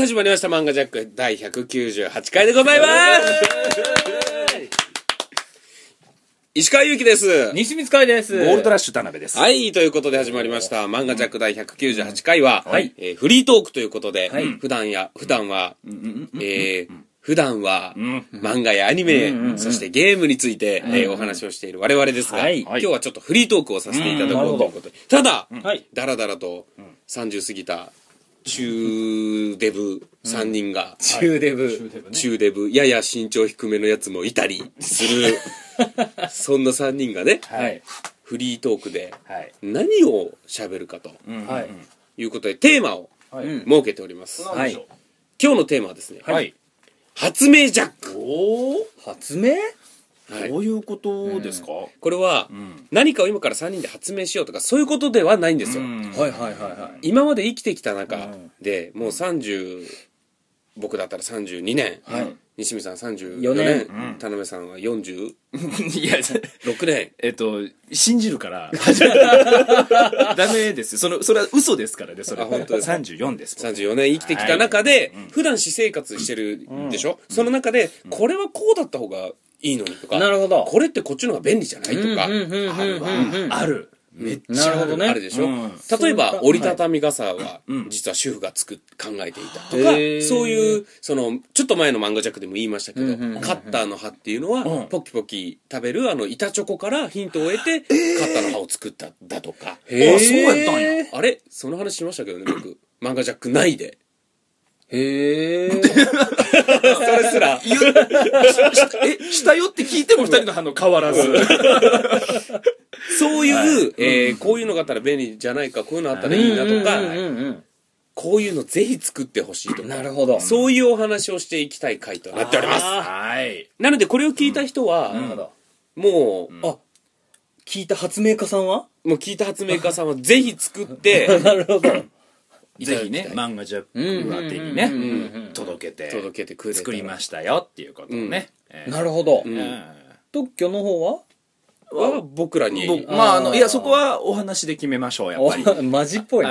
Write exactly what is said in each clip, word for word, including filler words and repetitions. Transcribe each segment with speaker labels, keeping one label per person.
Speaker 1: 始まりました漫画ジャックだいひゃくきゅうじゅうはちかいでございます石川祐希です。
Speaker 2: 西光海です。
Speaker 3: ゴールドラッシュ田辺です。
Speaker 1: はい、ということで始まりました漫画ジャックだいひゃくきゅうじゅうはちかいは、
Speaker 2: はい
Speaker 1: えーフリートークということで、
Speaker 2: はい
Speaker 1: 普段や普段は、
Speaker 3: うんうん
Speaker 1: えー普段は
Speaker 3: うん
Speaker 1: 漫画やアニメ、
Speaker 2: うんうんうん
Speaker 1: そしてゲームについて、えーお話をしている我々ですが、
Speaker 2: はい
Speaker 1: 今日はちょっとフリートークをさせていただこ
Speaker 2: うん
Speaker 1: うということで、ただ、
Speaker 2: はい。
Speaker 1: だらだらとさんじゅう過ぎた中デブさんにんが、
Speaker 2: 中デブ。
Speaker 1: 中デブやや身長低めのやつもいたりするそんなさんにんがね、
Speaker 2: はい。
Speaker 1: フリートークで
Speaker 3: はい。
Speaker 1: 何を喋るかと
Speaker 3: うん
Speaker 2: はい。
Speaker 1: いうことでテーマを
Speaker 3: はい。
Speaker 2: うん
Speaker 1: 設けております。
Speaker 2: はい。
Speaker 1: 今日のテーマはですね、
Speaker 3: はい。
Speaker 1: 発明ジャック。
Speaker 3: おお。
Speaker 2: 発明？
Speaker 1: はい
Speaker 3: どういうことですか？
Speaker 1: これは
Speaker 3: うん。
Speaker 1: 何かを今からさんにんで発明しようとかそういうことではないんですよ。
Speaker 3: うん
Speaker 2: はいはいはいはい。
Speaker 1: 今まで生きてきた中
Speaker 2: うん
Speaker 1: でもうさんじゅう僕だったらさんじゅうにねん、
Speaker 2: はい。
Speaker 1: 西見さんさんじゅうよねん、
Speaker 2: よ
Speaker 3: ねん
Speaker 1: 田辺さんはよんじゅう
Speaker 3: いや、
Speaker 1: ろくねん。
Speaker 3: えっと、信じるから。ダメですよ。その、それは嘘ですからね、それは。
Speaker 1: あ本当ですか
Speaker 3: さんじゅうよんです。
Speaker 1: さんじゅうよねん生きてきた中で、
Speaker 3: はいうん
Speaker 1: 普段私生活してるでしょ、その中で、これはこうだった方がいいのにとか、
Speaker 2: なるほど。
Speaker 1: これってこっちの方が便利じゃないとか、
Speaker 2: うんうんうんうんうん。
Speaker 3: ある。めっちゃあ
Speaker 2: なるほどね
Speaker 1: あるでしょ、
Speaker 3: うん
Speaker 1: 例えば
Speaker 2: そうか
Speaker 1: 折りたたみ傘は
Speaker 3: うん
Speaker 1: 実は主婦が作っ考えていたとか、
Speaker 2: へー
Speaker 1: そういうそのちょっと前の漫画ジャックでも言いましたけど、
Speaker 2: うんうんうんうん
Speaker 1: カッターの刃っていうのは、
Speaker 3: うん
Speaker 1: ポキポキ食べるあの板チョコからヒントを得て、カッターの刃を作っただとか、
Speaker 2: へー
Speaker 3: あそうやったんや。
Speaker 1: あれその話しましたけどね僕漫画ジャック内で
Speaker 2: へー。
Speaker 1: それすら
Speaker 3: 言うえ、したよって聞いても二人の反応変わらず。
Speaker 1: そういう、
Speaker 3: はい
Speaker 1: えーこういうのがあったら便利じゃないかこういうのあったらいいなとか、
Speaker 2: うんうんうん
Speaker 1: こういうのぜひ作ってほしいと
Speaker 2: うん。
Speaker 1: か
Speaker 2: なるほど。
Speaker 1: そういうお話をしていきたい回となっております。
Speaker 2: あ
Speaker 3: はい。
Speaker 1: なのでこれを聞いた人は、
Speaker 2: なるほど。
Speaker 1: もう、
Speaker 3: ん
Speaker 2: あ、聞いた発明家さんは？
Speaker 1: もう聞いた発明家さんはぜひ作って
Speaker 2: なるほど。
Speaker 3: ぜひね、漫画ジャック宛てにね、届けて、
Speaker 1: 届けてくれたら
Speaker 3: 作りましたよっていうことをね。えー
Speaker 2: なるほど。
Speaker 1: うん
Speaker 2: 特許の方は？
Speaker 1: は僕らに
Speaker 3: 僕まあ、あの、いや、そこはお話で決めましょう、やっぱり。
Speaker 2: おマジっぽいな。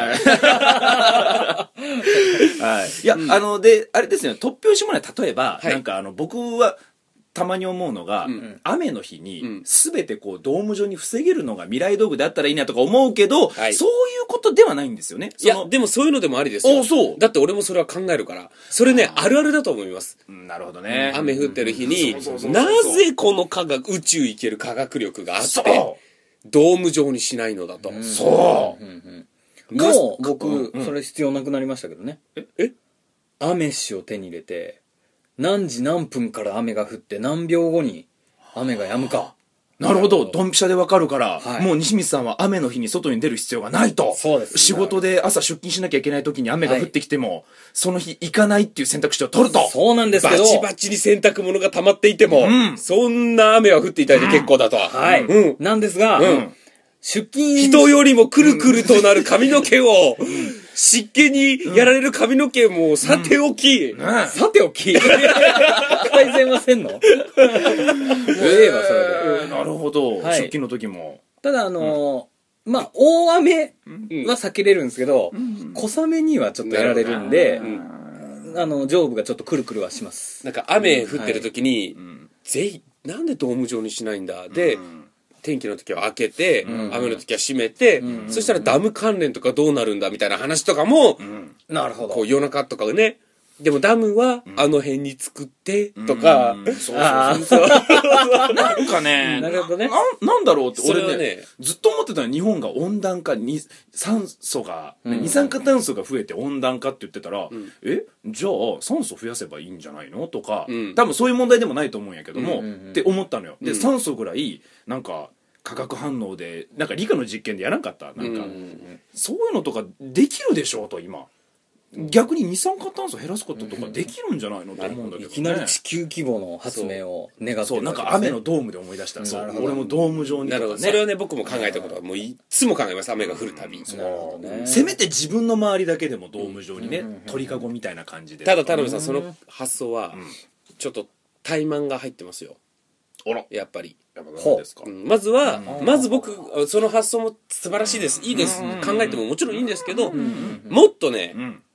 Speaker 3: はい。いや、あの、で、あれですね、突拍子もない、例えば、
Speaker 1: はい
Speaker 3: なんかあの、僕は、たまに思うのが、
Speaker 1: ん
Speaker 3: 雨の日
Speaker 1: うん
Speaker 3: に、すべてこう、ドーム状に防げるのが未来道具であったらいいなとか思うけど、
Speaker 1: はい
Speaker 3: そういうことではないんですよね。
Speaker 1: いや
Speaker 3: その
Speaker 1: でもそういうのでもありですよ。
Speaker 3: おそう
Speaker 1: だって俺もそれは考えるからそれねあるあるだと思います。
Speaker 3: うんなるほどね。
Speaker 1: 雨降ってる日に
Speaker 3: そうそうそうそう
Speaker 1: なぜこの科学宇宙行ける科学力があっ
Speaker 3: そ
Speaker 1: てドーム状にしないのだと、
Speaker 3: うそう
Speaker 2: もう僕、
Speaker 3: うん
Speaker 2: それ必要なくなりましたけどね。
Speaker 1: え
Speaker 2: アメッシを手に入れて、何時何分から雨が降って何秒後に雨が止むか。
Speaker 3: なるほど、ドンピシャでわかるから、
Speaker 2: はい
Speaker 3: もう西光さんは雨の日に外に出る必要がないと。
Speaker 2: そうです
Speaker 3: 仕事で朝出勤しなきゃいけない時に雨が降ってきても、その日行かないっていう選択肢を取ると。
Speaker 2: そうなんですけど、
Speaker 1: バチバチに洗濯物が溜まっていても、
Speaker 3: うん
Speaker 1: そんな雨は降っていただいて結構だと、
Speaker 2: はい、
Speaker 1: うん
Speaker 2: なんですが、
Speaker 1: うん
Speaker 2: 出勤
Speaker 1: 人よりもくるくるとなる髪の毛を、湿気にやられる髪の毛もさておき、
Speaker 3: ね
Speaker 2: さておき改善はせんのもうええわそれで、
Speaker 3: えーなるほど、
Speaker 2: はい
Speaker 3: 出勤の時も。
Speaker 2: ただあのーまあ大雨は避けれるんですけど、小雨にはちょっとやられるんで、あの上部がちょっとくるくるはします。
Speaker 1: なんか雨降ってる時に、
Speaker 3: ん
Speaker 1: ぜひ、なんでドーム状にしないんだで、天気の時は開けて、
Speaker 2: ん
Speaker 1: 雨の時は閉めて、
Speaker 2: ん
Speaker 1: そしたらダム関連とかどうなるんだみたいな話とかも、
Speaker 2: なるほど。
Speaker 1: こう夜中とかね、でもダムはあの辺に作って、とか、
Speaker 3: うんそうそう
Speaker 2: あ
Speaker 1: そう
Speaker 3: なんかね、
Speaker 2: なるほどね
Speaker 3: ななんだろうって、
Speaker 1: それ
Speaker 3: 俺ね
Speaker 1: はね
Speaker 3: ずっと思ってたのは日本が温暖化に、酸素が、
Speaker 2: うん
Speaker 3: 二酸化炭素が増えて温暖化って言ってたら、
Speaker 1: ん
Speaker 3: えじゃあ酸素増やせばいいんじゃないのとか、
Speaker 1: うん
Speaker 3: 多分そういう問題でもないと思うんやけども、
Speaker 2: うんうんうん
Speaker 3: って思ったのよ。で、
Speaker 1: うん
Speaker 3: 酸素ぐらい、なんか、化学反応で、なんか理科の実験でやらんかったなんか、
Speaker 1: うん
Speaker 3: そういうのとかできるでしょうと、今。逆に二酸化炭素減らすこととかできるんじゃないのと思うんだけど、ね、
Speaker 2: いきなり地球規模の発明を願って
Speaker 3: そう、なんか雨のドームで思い出した。そう、
Speaker 2: なるほど
Speaker 3: 俺もドーム状にとかね。
Speaker 1: なるほど。それはね、僕も考えたことは、もういつも考えます。雨が降るたび。
Speaker 2: なるほどね。
Speaker 3: せめて自分の周りだけでもドーム状にね、鳥かごみたいな感じで。
Speaker 1: ただ、田辺さん、その発想は、ちょっと怠慢が入ってますよ。
Speaker 3: あら、
Speaker 1: やっぱり。
Speaker 3: やっぱ何ですか
Speaker 1: う。んまずは、まず僕、その発想も素晴らしいです。いいです。考えてももちろんいいんですけど、もっとね
Speaker 3: う、ん。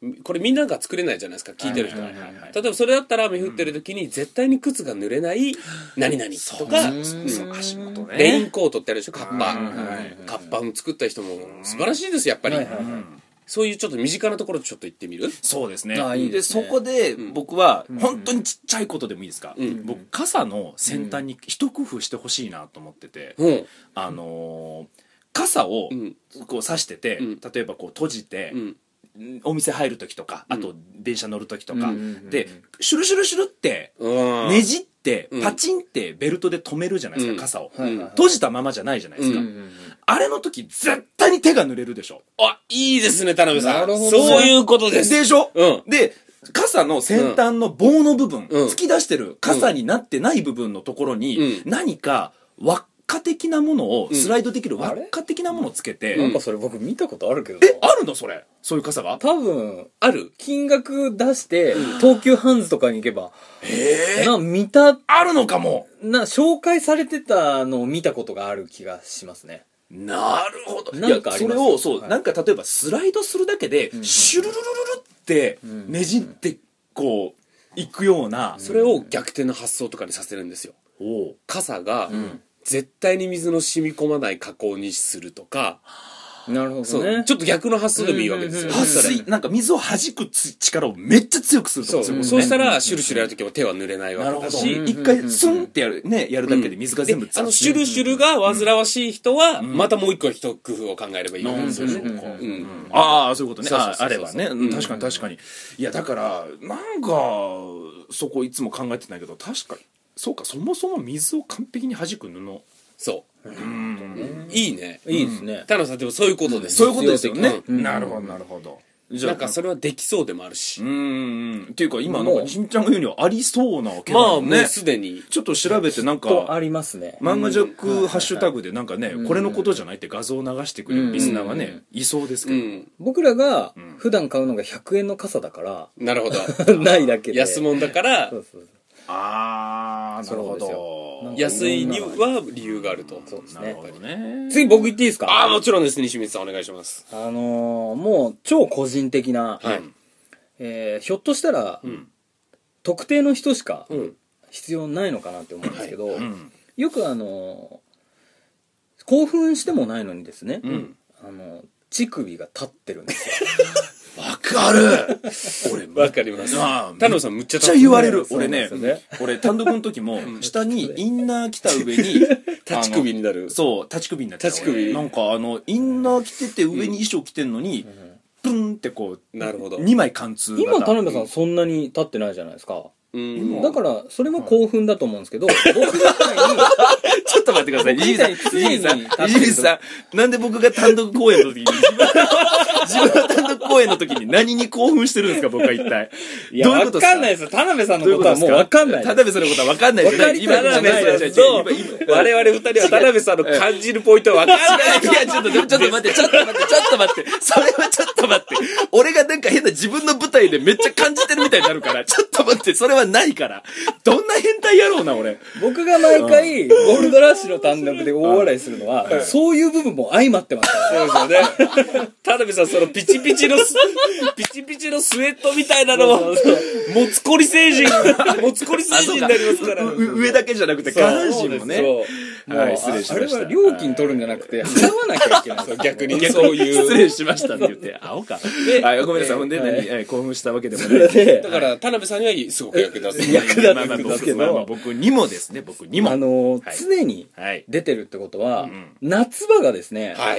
Speaker 1: これみんなが作れないじゃないですか、聞いてる人は。
Speaker 2: はいはいはいはい
Speaker 1: 例えばそれだったら雨降ってる時に絶対に靴が濡れない何々とか、
Speaker 2: うん
Speaker 3: そう足元ね
Speaker 1: レインコートってあるでしょ、カッパ。
Speaker 2: はい
Speaker 1: カッパを作った人も素晴らしいですやっぱり。
Speaker 2: はいはいはい
Speaker 1: そういうちょっと身近なところちょっと行ってみる。
Speaker 3: そうですね。
Speaker 2: あいいですね
Speaker 3: そこで僕は本当にちっちゃいことでもいいですか、
Speaker 1: うん
Speaker 3: 僕傘の先端に一工夫してほしいなと思ってて、
Speaker 1: うん
Speaker 3: あのー傘を
Speaker 1: うん
Speaker 3: こう差してて、
Speaker 1: うん
Speaker 3: 例えばこう閉じて、
Speaker 1: うん
Speaker 3: お店入る時とか、あと電車乗る時とか、
Speaker 2: うんうんうんうん
Speaker 3: でシュルシュルシュルって
Speaker 1: うん
Speaker 3: ねじって
Speaker 1: うん
Speaker 3: パチンってベルトで止めるじゃないですか、
Speaker 1: うん
Speaker 3: 傘を、
Speaker 2: はいはいはい
Speaker 3: 閉じたままじゃないじゃないですか、
Speaker 1: うん
Speaker 2: うんうん
Speaker 3: あれの時絶対に手が濡れるでしょ。
Speaker 1: あ、いいですね田辺さん。
Speaker 2: なるほどね
Speaker 1: そういうことです。
Speaker 3: でしょ、
Speaker 1: うん
Speaker 3: で傘の先端の棒の部分、
Speaker 1: うん
Speaker 3: 突き出してる傘になってない部分のところに、
Speaker 1: うん
Speaker 3: 何か輪っか的なものを、
Speaker 1: うん
Speaker 3: スライドできる輪
Speaker 2: あれ
Speaker 3: っか的なものをつけて、
Speaker 2: なんかそれ僕見たことあるけど
Speaker 3: えあるのそれそういう傘が
Speaker 2: 多分
Speaker 1: ある
Speaker 2: 金額出して東急ハンズとかに行けば
Speaker 3: ええ
Speaker 2: な見た
Speaker 3: あるのかも。
Speaker 2: な紹介されてたのを見たことがある気がしますね。
Speaker 3: なるほど。
Speaker 2: なんかあります
Speaker 3: いやそれをそう、
Speaker 2: はい
Speaker 3: なんか例えばスライドするだけで、シュルルルルルって
Speaker 2: ん
Speaker 3: ねじってこういくような、
Speaker 1: それを逆転の発想とかにさせるんですよ。
Speaker 3: おう
Speaker 1: 傘が
Speaker 2: ん
Speaker 1: 絶対に水の染み込まない加工にするとか、
Speaker 2: なるほ
Speaker 1: そう、
Speaker 2: どね。
Speaker 1: ちょっと逆の発想でもいいわけですよ。
Speaker 2: うんうんうん
Speaker 3: 撥
Speaker 1: それ
Speaker 3: 水なんか水を弾くつ力をめっちゃ強くすると
Speaker 1: そう、
Speaker 3: かするもんね。
Speaker 1: そうしたらシュルシュルやるときは手は濡れないわ
Speaker 3: なるほど。
Speaker 1: けだし、
Speaker 3: 一回スンってやるねやるだけで水が全部
Speaker 1: であのシュルシュルが煩わしい人はまたもう一個一工夫を考えればいいわけですよね。
Speaker 2: うんうんうん
Speaker 1: うん
Speaker 3: ああそういうことね。
Speaker 1: そうそうそうそう
Speaker 3: ああればね、
Speaker 1: うん
Speaker 3: 確かに確かに。いやだからなんかそこいつも考えてないけど確かにそうかそもそも水を完璧に弾く布。
Speaker 1: そう
Speaker 3: うん
Speaker 1: いいね。
Speaker 2: いいですね。
Speaker 1: 田野さんでもそういうことです。
Speaker 3: そういうことですよね。
Speaker 1: うん
Speaker 3: なるほどなるほど。じ
Speaker 1: なんかそれはできそうでもあるし
Speaker 3: う。ーんっていうか今なんかちんちゃんが言うにはありそうなわけだ
Speaker 1: まあもう
Speaker 3: もんね。
Speaker 1: すでに。
Speaker 3: ちょっと調べてなんか
Speaker 2: とありますね。
Speaker 3: 漫画ジャックハッシュタグでなんかねこれのことじゃないって画像を流してくれるリスナーがねいそうですけど。
Speaker 1: うん。
Speaker 2: 僕らが普段買うのがひゃくえんの傘だから、
Speaker 1: なるほど。
Speaker 2: ないだけで。
Speaker 1: 安物だから
Speaker 2: そうそう
Speaker 3: ああなるほ
Speaker 2: そうですよ
Speaker 3: ど。
Speaker 1: 安いには理由があると。
Speaker 2: そうですね
Speaker 3: なるほ。どね。
Speaker 2: 次僕言っていいですか？
Speaker 1: ああ、もちろんです。西光さんお願いします。
Speaker 2: あのーもう超個人的な、
Speaker 1: はい。
Speaker 2: えーひょっとしたら、
Speaker 1: ん
Speaker 2: 特定の人しか
Speaker 1: うん。
Speaker 2: 必要ないのかなって思うんですけど、
Speaker 3: うん
Speaker 2: よくあのー興奮してもないのにですね、
Speaker 3: うん
Speaker 2: あの乳首が立ってるんですよ。
Speaker 3: わかる。俺
Speaker 1: わかります。
Speaker 3: ああ
Speaker 1: 田野さんむっちゃ
Speaker 3: めっちゃ言われる。
Speaker 2: そう
Speaker 3: 俺ね
Speaker 2: なんですよね、
Speaker 3: 俺単独の時も下にインナー着た上に
Speaker 1: 立ち首になる。
Speaker 3: そう立ち首になってた
Speaker 1: 立ち首
Speaker 3: 俺なんかあのインナー着てて上に衣装着てんのにプンってこう
Speaker 1: なるほど。
Speaker 3: にまい貫通型
Speaker 2: 今田辺さんそんなに立ってないじゃないですか。
Speaker 1: うん。
Speaker 2: だからそれは興奮だと思うんですけど、僕みたいに
Speaker 3: ちょっと待ってください。
Speaker 2: 僕
Speaker 3: ジミさん、
Speaker 2: みたいに
Speaker 3: ジミさん、
Speaker 2: 常に立ってる
Speaker 3: ジミさん、なんで僕が単独公演の時に、自分自分の単独公演の時に何に興奮してるんですか、僕は一体。
Speaker 2: いや、わ
Speaker 3: どういうことですか
Speaker 2: かんないですよ。田辺さんの
Speaker 3: どういう
Speaker 2: ことはもうわかんない
Speaker 3: 田辺さんのことはわかんないです
Speaker 2: わかり
Speaker 3: 今、
Speaker 2: たくない
Speaker 3: 今、今、
Speaker 1: 田辺さんと我々二人は田辺さんの感じるポイントは分からない。
Speaker 3: いや、ちょっと、ちょっと待って、ちょっと待って、ちょっと待って。それはちょっと待って。俺がなんか変な自分の舞台でめっちゃ感じてるみたいになるから、ちょっと待って、それはないから。どんな変態やろうな、俺。
Speaker 2: 僕が毎回ゴールドラッシュの単独で大笑いするのは、そういう部分も相まってますから。
Speaker 1: そうですよね。田辺さん、そのピチピチのス、ピチピチのスウェットみたいなのも、もつこり星人、もつこり星人になりますから。
Speaker 3: うう上だけじゃなくて下半身もね。
Speaker 1: そう
Speaker 3: はい、失礼しました。
Speaker 2: あれは料金取るんじゃなくて、払わなきゃいけない。
Speaker 1: そう逆に
Speaker 3: 逆に
Speaker 1: そういう。
Speaker 3: 失礼しましたって言って、青か。はい、ごめんなさい。ほんで、
Speaker 2: はい
Speaker 3: 何え興奮したわけでも
Speaker 2: そ
Speaker 3: ない。
Speaker 2: れで
Speaker 1: だ、から、田辺さんにはすごく役立つ。
Speaker 2: 役立つ
Speaker 3: まあまあ
Speaker 2: んですけど
Speaker 3: 僕まあまあ僕にもですね、僕にも。
Speaker 2: あのー
Speaker 3: はい
Speaker 2: 常に
Speaker 3: はい。
Speaker 2: 出てるってことは、
Speaker 3: ん
Speaker 2: 夏場がですね、
Speaker 1: はい。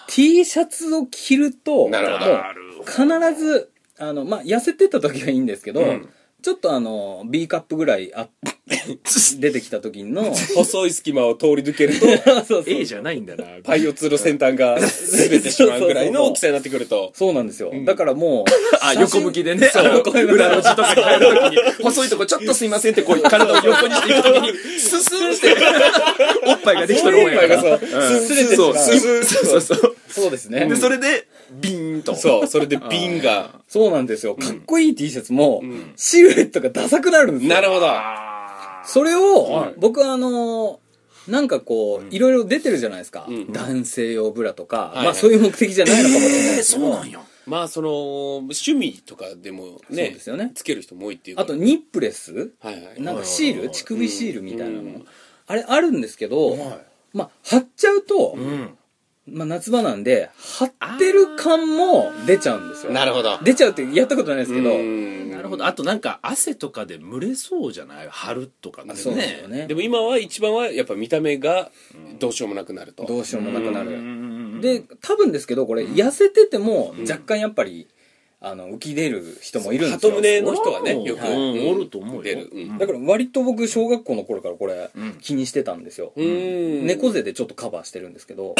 Speaker 2: T シャツを着ると、
Speaker 1: なるほど
Speaker 2: もう必ず、あの、まあ、痩せてた時はいいんですけど、
Speaker 1: ん
Speaker 2: ちょっとあの、B カップぐらいあ出てきた時の、
Speaker 1: 細い隙間を通り抜けると、
Speaker 2: そうそう
Speaker 3: A じゃないんだな。
Speaker 1: パイオツの先端が擦れてしまうぐらいの大きさになってくると。
Speaker 2: そうなんですよ。だからもう、
Speaker 3: あ、
Speaker 2: 写真
Speaker 3: 横向きでね。
Speaker 2: そう
Speaker 3: あの
Speaker 2: 横向き
Speaker 3: 裏路地とかに入るときに、細いとこちょっとすいませんって、こう、体を横にしていくときに、ススンって、おっぱいができたるもんやから。
Speaker 1: おっぱいがそう
Speaker 3: うん
Speaker 2: すれてしまう
Speaker 3: そうそうそうそう。
Speaker 2: そうですね。
Speaker 3: で、それで、ビーンと。
Speaker 1: そう、それで瓶が。
Speaker 2: そうなんですよ。かっこいい T シャツも、シルエットがダサくなるんですよ。
Speaker 1: なるほど。
Speaker 2: それを、
Speaker 3: はい
Speaker 2: 僕はあのーなんかこう、いろいろ出てるじゃないですか。
Speaker 1: ん
Speaker 2: 男性用ブラとか、
Speaker 1: はい
Speaker 2: まあそういう目的じゃないのかもしれない
Speaker 3: えー、
Speaker 2: ですけど、
Speaker 3: そうなんや。
Speaker 1: まあその趣味とかでもね、
Speaker 2: そうですよね
Speaker 1: つける人も多いっていうか
Speaker 2: あとニップレス
Speaker 1: はいはい
Speaker 2: なんかシール乳首シールみたいなの、
Speaker 1: うん
Speaker 2: あれあるんですけど、
Speaker 3: は
Speaker 2: まあ貼っちゃうと、
Speaker 3: うん
Speaker 2: まあ、夏場なんで貼ってる感も出ちゃうんですよ。
Speaker 1: なるほど
Speaker 2: 出ちゃうってやったことないですけど、
Speaker 1: うん
Speaker 3: なるほど。あとなんか汗とかで蒸れそうじゃない春とかね。
Speaker 2: そうですよね。
Speaker 1: でも今は一番はやっぱ見た目がどうしようもなくなると、
Speaker 2: どうしようもなくな
Speaker 3: うんうんう
Speaker 2: る。
Speaker 3: ん
Speaker 2: で多分ですけどこれ痩せてても若干やっぱりあの浮き出る人もいるんですよ。
Speaker 1: 鳩胸の人はねよく、
Speaker 3: うんおると思うよ
Speaker 1: 出る、うん
Speaker 2: だから割と僕小学校の頃からこれ
Speaker 3: うん
Speaker 2: 気にしてたんですよ。
Speaker 1: うん
Speaker 2: 猫背でちょっとカバーしてるんですけど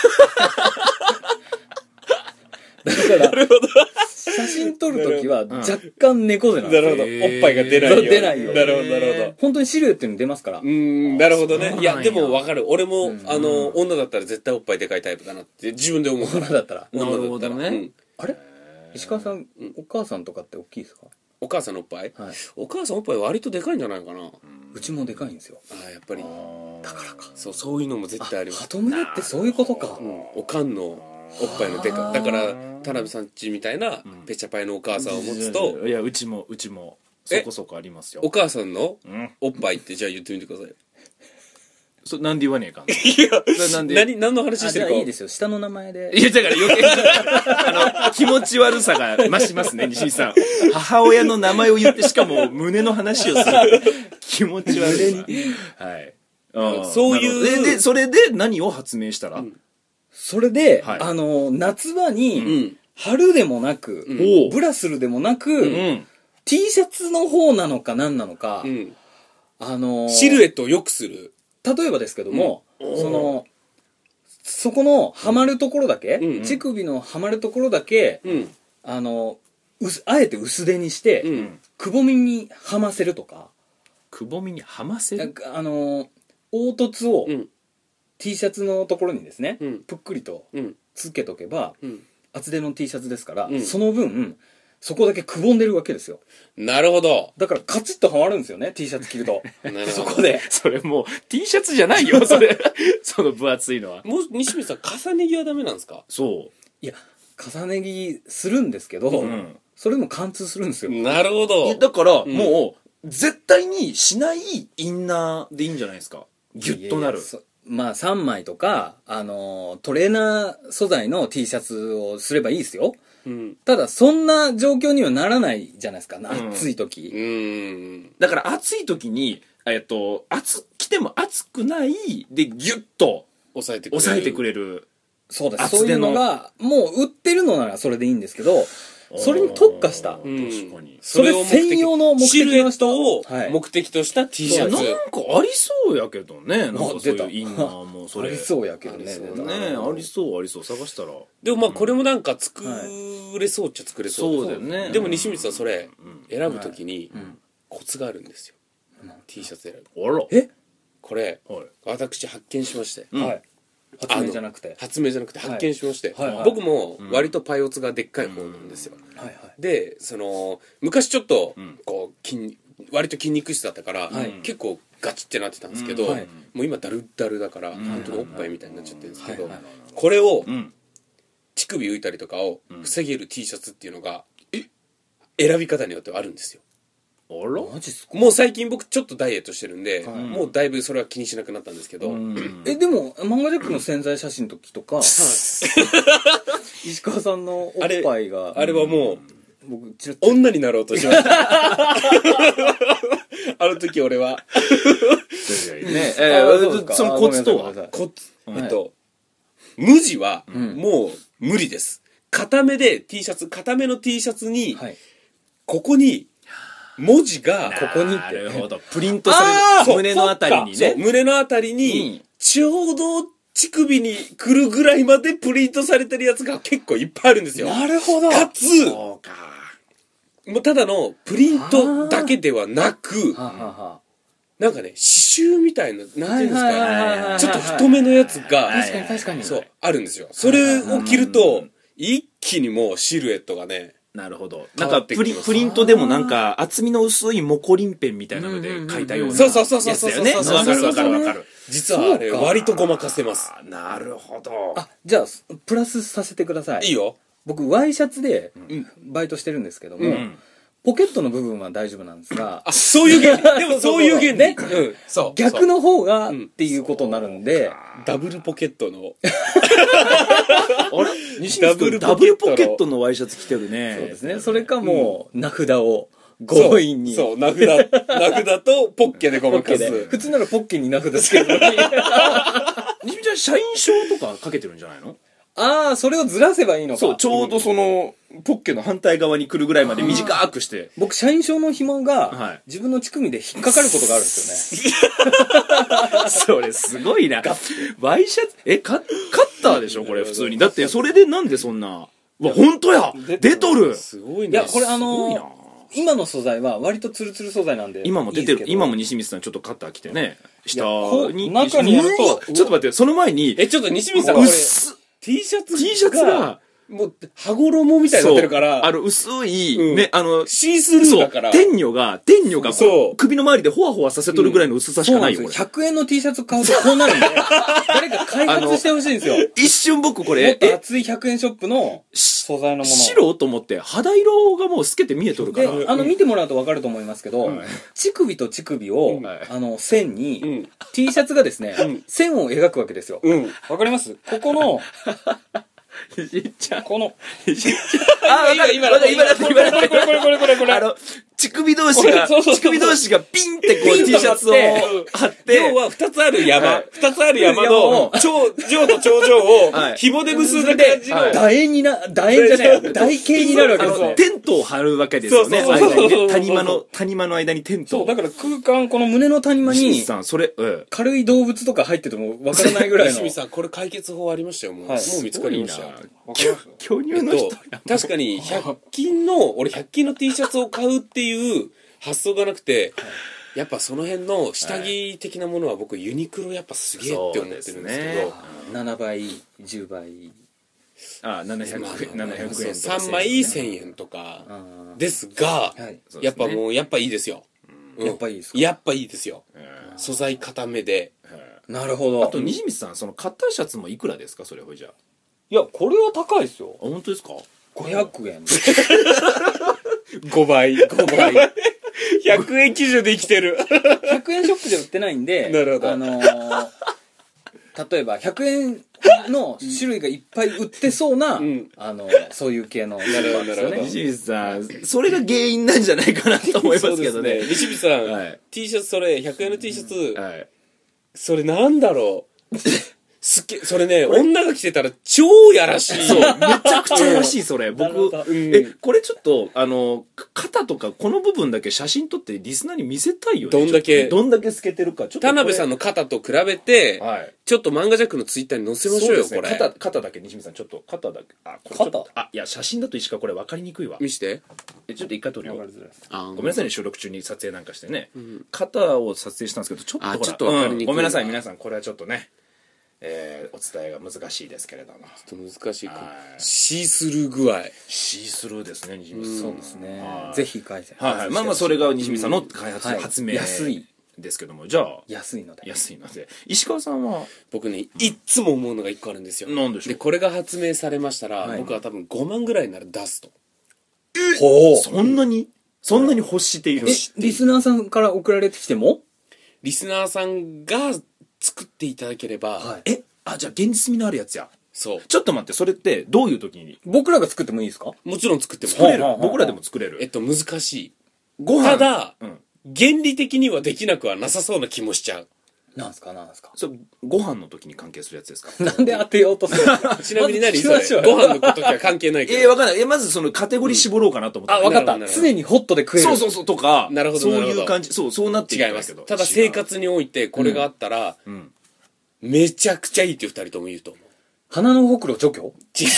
Speaker 2: だから写真撮るときは若干猫背なんですよ。
Speaker 1: なるほど、おっぱいが出ないように
Speaker 2: 出ないように
Speaker 1: なるほどなるほど
Speaker 2: 本当にシルエットに出ますから。
Speaker 1: うーんなるほどね。
Speaker 3: そうなんや
Speaker 1: いやでも分かる、俺も、
Speaker 2: うん
Speaker 1: あの女だったら絶対おっぱいでかいタイプだなって自分で思うから
Speaker 2: 女だったら。
Speaker 1: 女だったら
Speaker 3: なるほどね
Speaker 1: うん
Speaker 2: あれ石川さんお母さんとかって大きいですか？
Speaker 1: お母さんのおっぱい、
Speaker 2: はい。
Speaker 1: お母さんおっぱい割とでかいんじゃないかな、あ
Speaker 2: うちもでかいんですよ。
Speaker 1: あやっぱり
Speaker 3: だからか。
Speaker 1: そうそういうのも絶対あります。
Speaker 2: 鳩胸ってそういうことか。
Speaker 1: うん、おかんのおっぱいのでかだから田辺さんちみたいなペチャパイのお母さんを持つと、
Speaker 3: いやうちもうちもそこそこありますよ。
Speaker 1: お母さんの
Speaker 3: うん。
Speaker 1: おっぱいってじゃあ言ってみてくださいよ。
Speaker 3: そなんで言わねえかんの。
Speaker 1: いや
Speaker 3: なんで
Speaker 1: 何何の話
Speaker 2: あ
Speaker 1: してるか
Speaker 2: じゃあいいですよ。下の名前で。
Speaker 3: いやだから余計にあの気持ち悪さが増しますね西井さん。母親の名前を言ってしかも胸の話をする気持ち悪い。はい。あー
Speaker 1: そういう
Speaker 3: なるほどででそれで何を発明したら。
Speaker 1: うん
Speaker 2: それで、
Speaker 3: はい
Speaker 2: あの夏場
Speaker 1: う
Speaker 2: に
Speaker 1: ん
Speaker 2: 春でもなく、
Speaker 3: おう
Speaker 2: ブラするでもなく、
Speaker 3: うん
Speaker 2: T シャツの方なのか何なのか、
Speaker 1: うん
Speaker 2: あの
Speaker 1: シルエットを良くする。
Speaker 2: 例えばですけども、そのそこのはまるところだけ、
Speaker 1: うん
Speaker 2: 乳首のはまるところだけ、
Speaker 1: うん
Speaker 2: あの薄あえて薄手にして、
Speaker 1: うん
Speaker 2: くぼみにはませるとか、
Speaker 3: くぼみにはませる。
Speaker 2: なんかあの凹凸を
Speaker 1: うん
Speaker 2: T シャツのところにですね、
Speaker 1: うん
Speaker 2: ぷっくりと
Speaker 1: うん
Speaker 2: つけとけば、
Speaker 1: うん
Speaker 2: 厚手の T シャツですから、
Speaker 1: うん
Speaker 2: その分そこだけくぼんでるわけですよ。
Speaker 1: なるほど。
Speaker 2: だからカチッとはまるんですよね T シャツ着ると
Speaker 1: なるほど
Speaker 2: そこで
Speaker 3: それもう T シャツじゃないよそれその分厚いのは。
Speaker 1: もう西光さん重ね着はダメなんですか？
Speaker 3: そ
Speaker 2: いや重ね着するんですけど、
Speaker 3: う。うん。
Speaker 2: それも貫通するんですよ。
Speaker 1: なるほど。
Speaker 3: いやだから、
Speaker 1: ん
Speaker 3: もう絶対にしないインナーでいいんじゃないですか。ギュッとなる
Speaker 2: いやいや。そまあさんまいとか、あのートレーナー素材の T シャツをすればいいですよ。
Speaker 1: うん
Speaker 2: ただそんな状況にはならないじゃないですか、
Speaker 3: ん
Speaker 2: 暑い時、
Speaker 1: うーん
Speaker 3: だから暑い時にえっと暑着ても暑くないでギュッと
Speaker 1: 抑えてくれる
Speaker 3: 抑えてくれる。
Speaker 2: そうです。
Speaker 3: 厚手の
Speaker 2: そういうのがもう売ってるのならそれでいいんですけど、それに特化した
Speaker 1: うん
Speaker 3: 確かに。
Speaker 2: それ専用の目的
Speaker 1: シルエッ
Speaker 2: の人
Speaker 1: トを
Speaker 2: はい
Speaker 1: 目的とした T
Speaker 3: いやなん
Speaker 1: シャツ。
Speaker 3: かありそうやけどね。なんかそう
Speaker 2: 出た
Speaker 3: いうインナーもそれ。
Speaker 2: ありそうやけどね
Speaker 1: ありそう
Speaker 2: 出た
Speaker 3: ねありそうありそう探したら。
Speaker 1: でもまあこれもなんか作れそうっちゃ作れそう。
Speaker 3: そうだよね。
Speaker 1: でも西光さんそれ
Speaker 3: うん
Speaker 1: 選ぶときに
Speaker 2: ん
Speaker 1: コツがあるんですよ。T シャツ選ぶ。
Speaker 3: あら。
Speaker 2: え
Speaker 1: これ
Speaker 3: はい。
Speaker 1: 私発見しまして。
Speaker 3: うん
Speaker 2: はい発明じゃなくて
Speaker 1: 発明じゃなくて発見しまして、
Speaker 2: はいはい
Speaker 1: 僕も割とパイオツがでっかい方なんですよ、
Speaker 2: はいはい
Speaker 1: でその昔ちょっと
Speaker 3: ん
Speaker 1: こう筋割と筋肉質だったから、
Speaker 2: はい
Speaker 1: 結構ガチってなってたんですけど、
Speaker 2: うんはい
Speaker 1: もう今ダルッダルだから、
Speaker 3: ん
Speaker 1: 本当におっぱいみたいになっちゃってるんですけど、
Speaker 2: はいはい
Speaker 1: これを
Speaker 3: うん。
Speaker 1: 乳首浮いたりとかを防げる T シャツっていうのが、選び方によってはあるんですよ。
Speaker 3: あら。
Speaker 2: マジっすか
Speaker 1: もう最近僕ちょっとダイエットしてるんで、
Speaker 2: はい
Speaker 1: もうだいぶそれは気にしなくなったんですけど、
Speaker 3: うん
Speaker 2: えでも漫画ジャックの宣材写真の時とか石川さんのおっぱいが
Speaker 1: あれはもう
Speaker 2: 僕チラッと
Speaker 1: 女になろうとしましたあの時俺は
Speaker 3: ね
Speaker 2: あ
Speaker 3: え
Speaker 2: そうですか
Speaker 3: そのコツとは
Speaker 2: あごめんなさいごめんなさい
Speaker 1: コツ、
Speaker 2: はい
Speaker 1: えっと無地は
Speaker 2: ん
Speaker 1: もう無理です。固めで T シャツ固めの T シャツに、
Speaker 2: はい
Speaker 1: ここに文字が
Speaker 2: ここにって
Speaker 3: なるほど。プリントさ
Speaker 2: あー
Speaker 3: れる胸のあたりに
Speaker 1: そう
Speaker 3: ね。
Speaker 1: 胸のあたり
Speaker 3: うん
Speaker 1: にちょうど乳首に来るぐらいまでプリントされてるやつが結構いっぱいあるんですよ。
Speaker 2: なるほど
Speaker 1: かつ
Speaker 3: そうか。
Speaker 1: もうただのプリントだけではなく
Speaker 2: はあはあは
Speaker 1: なんかね刺繍みたいななんていうんです
Speaker 2: はいはいはいはいはい
Speaker 1: かちょっと太めのやつが
Speaker 2: あ確かに確かに
Speaker 1: そうあるんですよ。それを着ると一気にもうシルエットがね
Speaker 3: なるほど。
Speaker 1: 変
Speaker 3: なんか
Speaker 1: わってきます
Speaker 3: プリプリントでもなんか厚みの薄いモコリンペンみたいなので書いたような
Speaker 1: そうそうそうそうそう
Speaker 3: やつだよね。
Speaker 1: そう
Speaker 3: わかるわかるわかる。
Speaker 1: 実はあれ
Speaker 2: そうか
Speaker 1: 割とごまかせます。
Speaker 3: あなるほど。
Speaker 2: あじゃあプラスさせてください
Speaker 1: いいよ。
Speaker 2: 僕ワイシャツで
Speaker 1: うん
Speaker 2: バイトしてるんですけども、
Speaker 1: うん
Speaker 2: ポケットの部分は大丈夫なんですが、
Speaker 1: あ、そういう原理。でもそういう原理。
Speaker 2: ね
Speaker 1: うん。そう。
Speaker 2: 逆の方がっ
Speaker 1: うん
Speaker 2: ていうことになるんで、
Speaker 1: ダブルポケットの。
Speaker 3: あれ西光君ダブルポケットのワイシャツ着てるね。
Speaker 2: そうですね。それかもう、名札を強引に。
Speaker 1: そう、名札、名札とポッケでごまかす。
Speaker 2: 普通ならポッケに名札つけるのに。
Speaker 3: 西光ちゃん社員証とかかけてるんじゃないの？
Speaker 2: ああ、それをずらせばいいのか。
Speaker 3: そう、ちょうどその、ポッケの反対側に来るぐらいまで短くして。
Speaker 2: 僕、社員証の紐が、
Speaker 3: はい
Speaker 2: 自分の乳首で引っかかることがあるんですよね。
Speaker 3: それすごいな。ワイシャツ、え、カカッターでしょこれ普通に。だってそれでなんでそんな。うわ、ほんとや出とる
Speaker 1: すごいね。
Speaker 2: いや、これあ
Speaker 3: すごいな
Speaker 2: のー、今の素材は割とツルツル素材なんで。
Speaker 3: 今も出てる。
Speaker 2: いいですけど
Speaker 3: 今も西光さんちょっとカッター来てね。下
Speaker 2: こう
Speaker 3: に。
Speaker 2: 中にやると
Speaker 3: うわちょっと待って、その前に、
Speaker 1: え、ちょっと西見さん、これ、
Speaker 3: うっす
Speaker 1: T シャツ
Speaker 3: T シャツが、
Speaker 1: もう、羽衣みたいになってるから、
Speaker 3: そうあの、薄い、
Speaker 1: うん
Speaker 3: ね、あの、
Speaker 1: シースルーだから。
Speaker 3: 天女が、天女が
Speaker 1: そう
Speaker 3: 首の周りでホワホワさせとるぐらいの薄さしかないよ、これ。
Speaker 2: そうなんですよ。ひゃくえんの T シャツ買うとこうなるんで、誰か開発してほしいんですよ。
Speaker 3: 一瞬僕こ
Speaker 2: もっ
Speaker 3: れ、
Speaker 2: と
Speaker 3: え、
Speaker 2: 厚いひゃくえんショップの素材のもの。
Speaker 3: 白と思って肌色がもう透けて見えとるか
Speaker 2: で
Speaker 3: ら。、
Speaker 2: あの、見てもらうと分かると思いますけど、
Speaker 3: はい
Speaker 2: 乳首と乳首を、
Speaker 3: はい
Speaker 2: あの、線に、
Speaker 1: うん
Speaker 2: T シャツがですね、
Speaker 1: ん
Speaker 2: 線を描くわけですよ。
Speaker 1: うん。
Speaker 2: わかりますここの、
Speaker 3: いっちゃん。
Speaker 2: この、
Speaker 3: あ、わかる、今だ、今だ、今だ、
Speaker 1: これこれこれこれこれこれ。
Speaker 3: あの、乳首同士が、
Speaker 1: そうそうそう
Speaker 3: 乳首同士がピンってこう
Speaker 2: ピン
Speaker 3: T
Speaker 2: と
Speaker 3: シャツを貼って、
Speaker 1: 要は二つある山、
Speaker 3: はい
Speaker 1: 二つある山
Speaker 2: 山
Speaker 1: の
Speaker 2: を
Speaker 1: 頂上と頂上を
Speaker 3: はい
Speaker 1: 紐で結んだ感じの、
Speaker 3: はい
Speaker 2: 楕円にな、楕円じゃない、台形になるわけ
Speaker 3: あの、
Speaker 2: ですね。
Speaker 3: テントを張るわけですよね、
Speaker 1: そうそうそう
Speaker 3: 間にね。
Speaker 1: そう
Speaker 3: 谷間の、谷間の間にテント
Speaker 2: そう、
Speaker 3: を。
Speaker 2: だから空間、この胸の谷間に、
Speaker 3: 西光さん、それ、ええ。
Speaker 2: 軽い動物とか入っててもわからないぐらいの。
Speaker 1: 西見さん、これ解決法ありましたよ、もう。
Speaker 2: はい
Speaker 1: もう見つかりましたよ。
Speaker 2: わかります
Speaker 3: 巨乳
Speaker 1: えっ
Speaker 3: の人
Speaker 1: と、確かに、ひゃく均の、俺ひゃく均の T シャツを買うっていう発想がなくて、やっぱその辺の下着的なものは僕ユニクロやっぱすげえって思ってるんですけ
Speaker 3: そうですね
Speaker 1: ど、
Speaker 2: ななばい、じゅうばい。
Speaker 3: あ、ななひゃくえん、ななひゃくえんとか。
Speaker 1: さんまいせんえんとか
Speaker 2: あー
Speaker 1: ですが、
Speaker 2: はい。
Speaker 3: そうですね
Speaker 1: やっぱもうやっぱいいですよ。うん
Speaker 2: やっぱいいですか
Speaker 1: やっぱいいですよ。
Speaker 3: ええ
Speaker 1: 素材固めで。
Speaker 3: え
Speaker 2: なるほど。
Speaker 3: えあと、西光さん、そのカッターシャツもいくらですかそれほいじゃあ。
Speaker 2: いや、これは高いですよ。
Speaker 3: あ、本当ですか
Speaker 2: ごひゃくえん。
Speaker 1: ごばい。ごばい。ひゃくえん基準で生きてる。
Speaker 2: ひゃくえんショップで売ってないんで、
Speaker 1: なるほど
Speaker 2: あのー、例えばひゃくえんの種類がいっぱい売ってそうな、
Speaker 1: ん
Speaker 2: あの、そういう系の。
Speaker 1: なるほどなるほど
Speaker 3: 西光さん、それが原因なんじゃないかなと思いますけどね。
Speaker 1: そうですね。西見さん、
Speaker 3: はい
Speaker 1: T シャツそれ、ひゃくえんの T シャツ、
Speaker 3: はい。
Speaker 1: それなんだろう。すっげそれね、女が着てたら超やらしい。
Speaker 3: そう、めちゃくちゃらしい、それ。僕
Speaker 2: なるほど、
Speaker 1: うん
Speaker 3: え、これちょっと、あの、か肩とかこの部分だけ写真撮ってリスナーに見せたいよね。
Speaker 1: どんだけ
Speaker 3: ちょっとねどんだけ透けてるか。ちょっとこれ
Speaker 1: 田辺さんの肩と比べて、
Speaker 3: はい。
Speaker 1: ちょっと漫画ジャックのツイッターに載せましょうよ、
Speaker 3: そうですね。
Speaker 1: これ。
Speaker 3: 肩、肩だけ、西見さん、ちょっと、肩だけ。あ、これちょっと
Speaker 2: 肩
Speaker 3: あ、いや、写真だと石川これ分かりにくいわ。
Speaker 1: 見して。
Speaker 3: え、ちょっと一回撮るよ。
Speaker 1: あ
Speaker 3: ごめんなさいね、収録中に撮影なんかしてね。肩を撮影したんですけど、ちょっとほら
Speaker 1: あちょっと分かりにくい
Speaker 3: うんごめんなさい、皆さん、これはちょっとね、えー、お伝えが難しいですけれども。
Speaker 1: ちょっと難しいか
Speaker 3: はい
Speaker 1: シースルー具合。
Speaker 3: シースルーですね、西見さん。
Speaker 2: そうですね
Speaker 3: は。い
Speaker 2: ぜひ改善。
Speaker 3: はいはい。まあまあ、それが西見さんの開発、
Speaker 2: はい
Speaker 3: 発明。
Speaker 2: 安い。
Speaker 3: ですけども、じゃあ、
Speaker 2: 安いので。
Speaker 3: 安いので。石川さんは、
Speaker 1: 僕ね、いっつも思うのがいっこあるんですよ。
Speaker 3: なんでしょう
Speaker 1: で、これが発明されましたら、
Speaker 2: はい
Speaker 1: 僕は多分ごまんぐらいなら出すと。
Speaker 2: ほう。
Speaker 3: そんなに、そんなに欲している
Speaker 2: え、リスナーさんから送られてきても
Speaker 1: リスナーさんが作っていただければ、
Speaker 2: はい。
Speaker 3: え、あ、じゃあ現実味のあるやつや。
Speaker 1: そう。
Speaker 3: ちょっと待って、それってどういう時に
Speaker 2: 僕らが作ってもいいですか
Speaker 1: もちろん作っても
Speaker 3: 作れる
Speaker 2: はあはあはあ
Speaker 3: 僕らでも作れる。
Speaker 1: えっと、難しい。
Speaker 3: ご
Speaker 1: ただ、
Speaker 3: うん。
Speaker 1: 原理的にはできなくはなさそうな気もしちゃう。
Speaker 2: なんすかなんすか
Speaker 3: そう、ご飯の時に関係するやつですか
Speaker 2: なんで当てようとする
Speaker 1: ちなみに何それ
Speaker 2: まず聞きましょう
Speaker 1: ご飯の時は関係ないけど。
Speaker 3: えー、わかんない。え、まずそのカテゴリー絞ろうかなと思った。
Speaker 2: あ、わかった。
Speaker 1: なるほど
Speaker 2: 常にホットで食える。
Speaker 3: そうそうそう、とか、
Speaker 1: なるほど
Speaker 3: そう
Speaker 1: なるほど
Speaker 3: いう感じ、そう、そうなって
Speaker 1: 違います。
Speaker 3: いくんだけど。
Speaker 1: ただ生活においてこれがあったら、
Speaker 3: うん。
Speaker 1: めちゃくちゃいいっていう二人とも言うと思う。
Speaker 2: 鼻のほくろ除去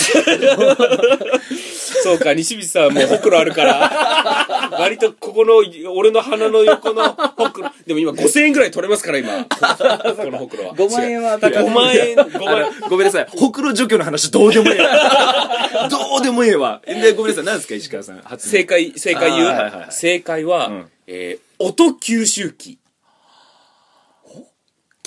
Speaker 1: そうか、西光さんはもうほくろあるから、割とここの、俺の鼻の横のほくろ、でも今ごせんえんぐらい取れますから、今。このほくろは。
Speaker 2: ごまん円は高い
Speaker 1: ごまん円、ごまん円。
Speaker 3: ごめんなさい。ほくろ除去の話どうでもええわ。どうでもええわ。で、ごめんなさい。何ですか、石川さん。発明
Speaker 1: 正解、正解言う、
Speaker 3: あーはいはいはい
Speaker 1: 正解は、
Speaker 3: うん
Speaker 1: えー音吸収器。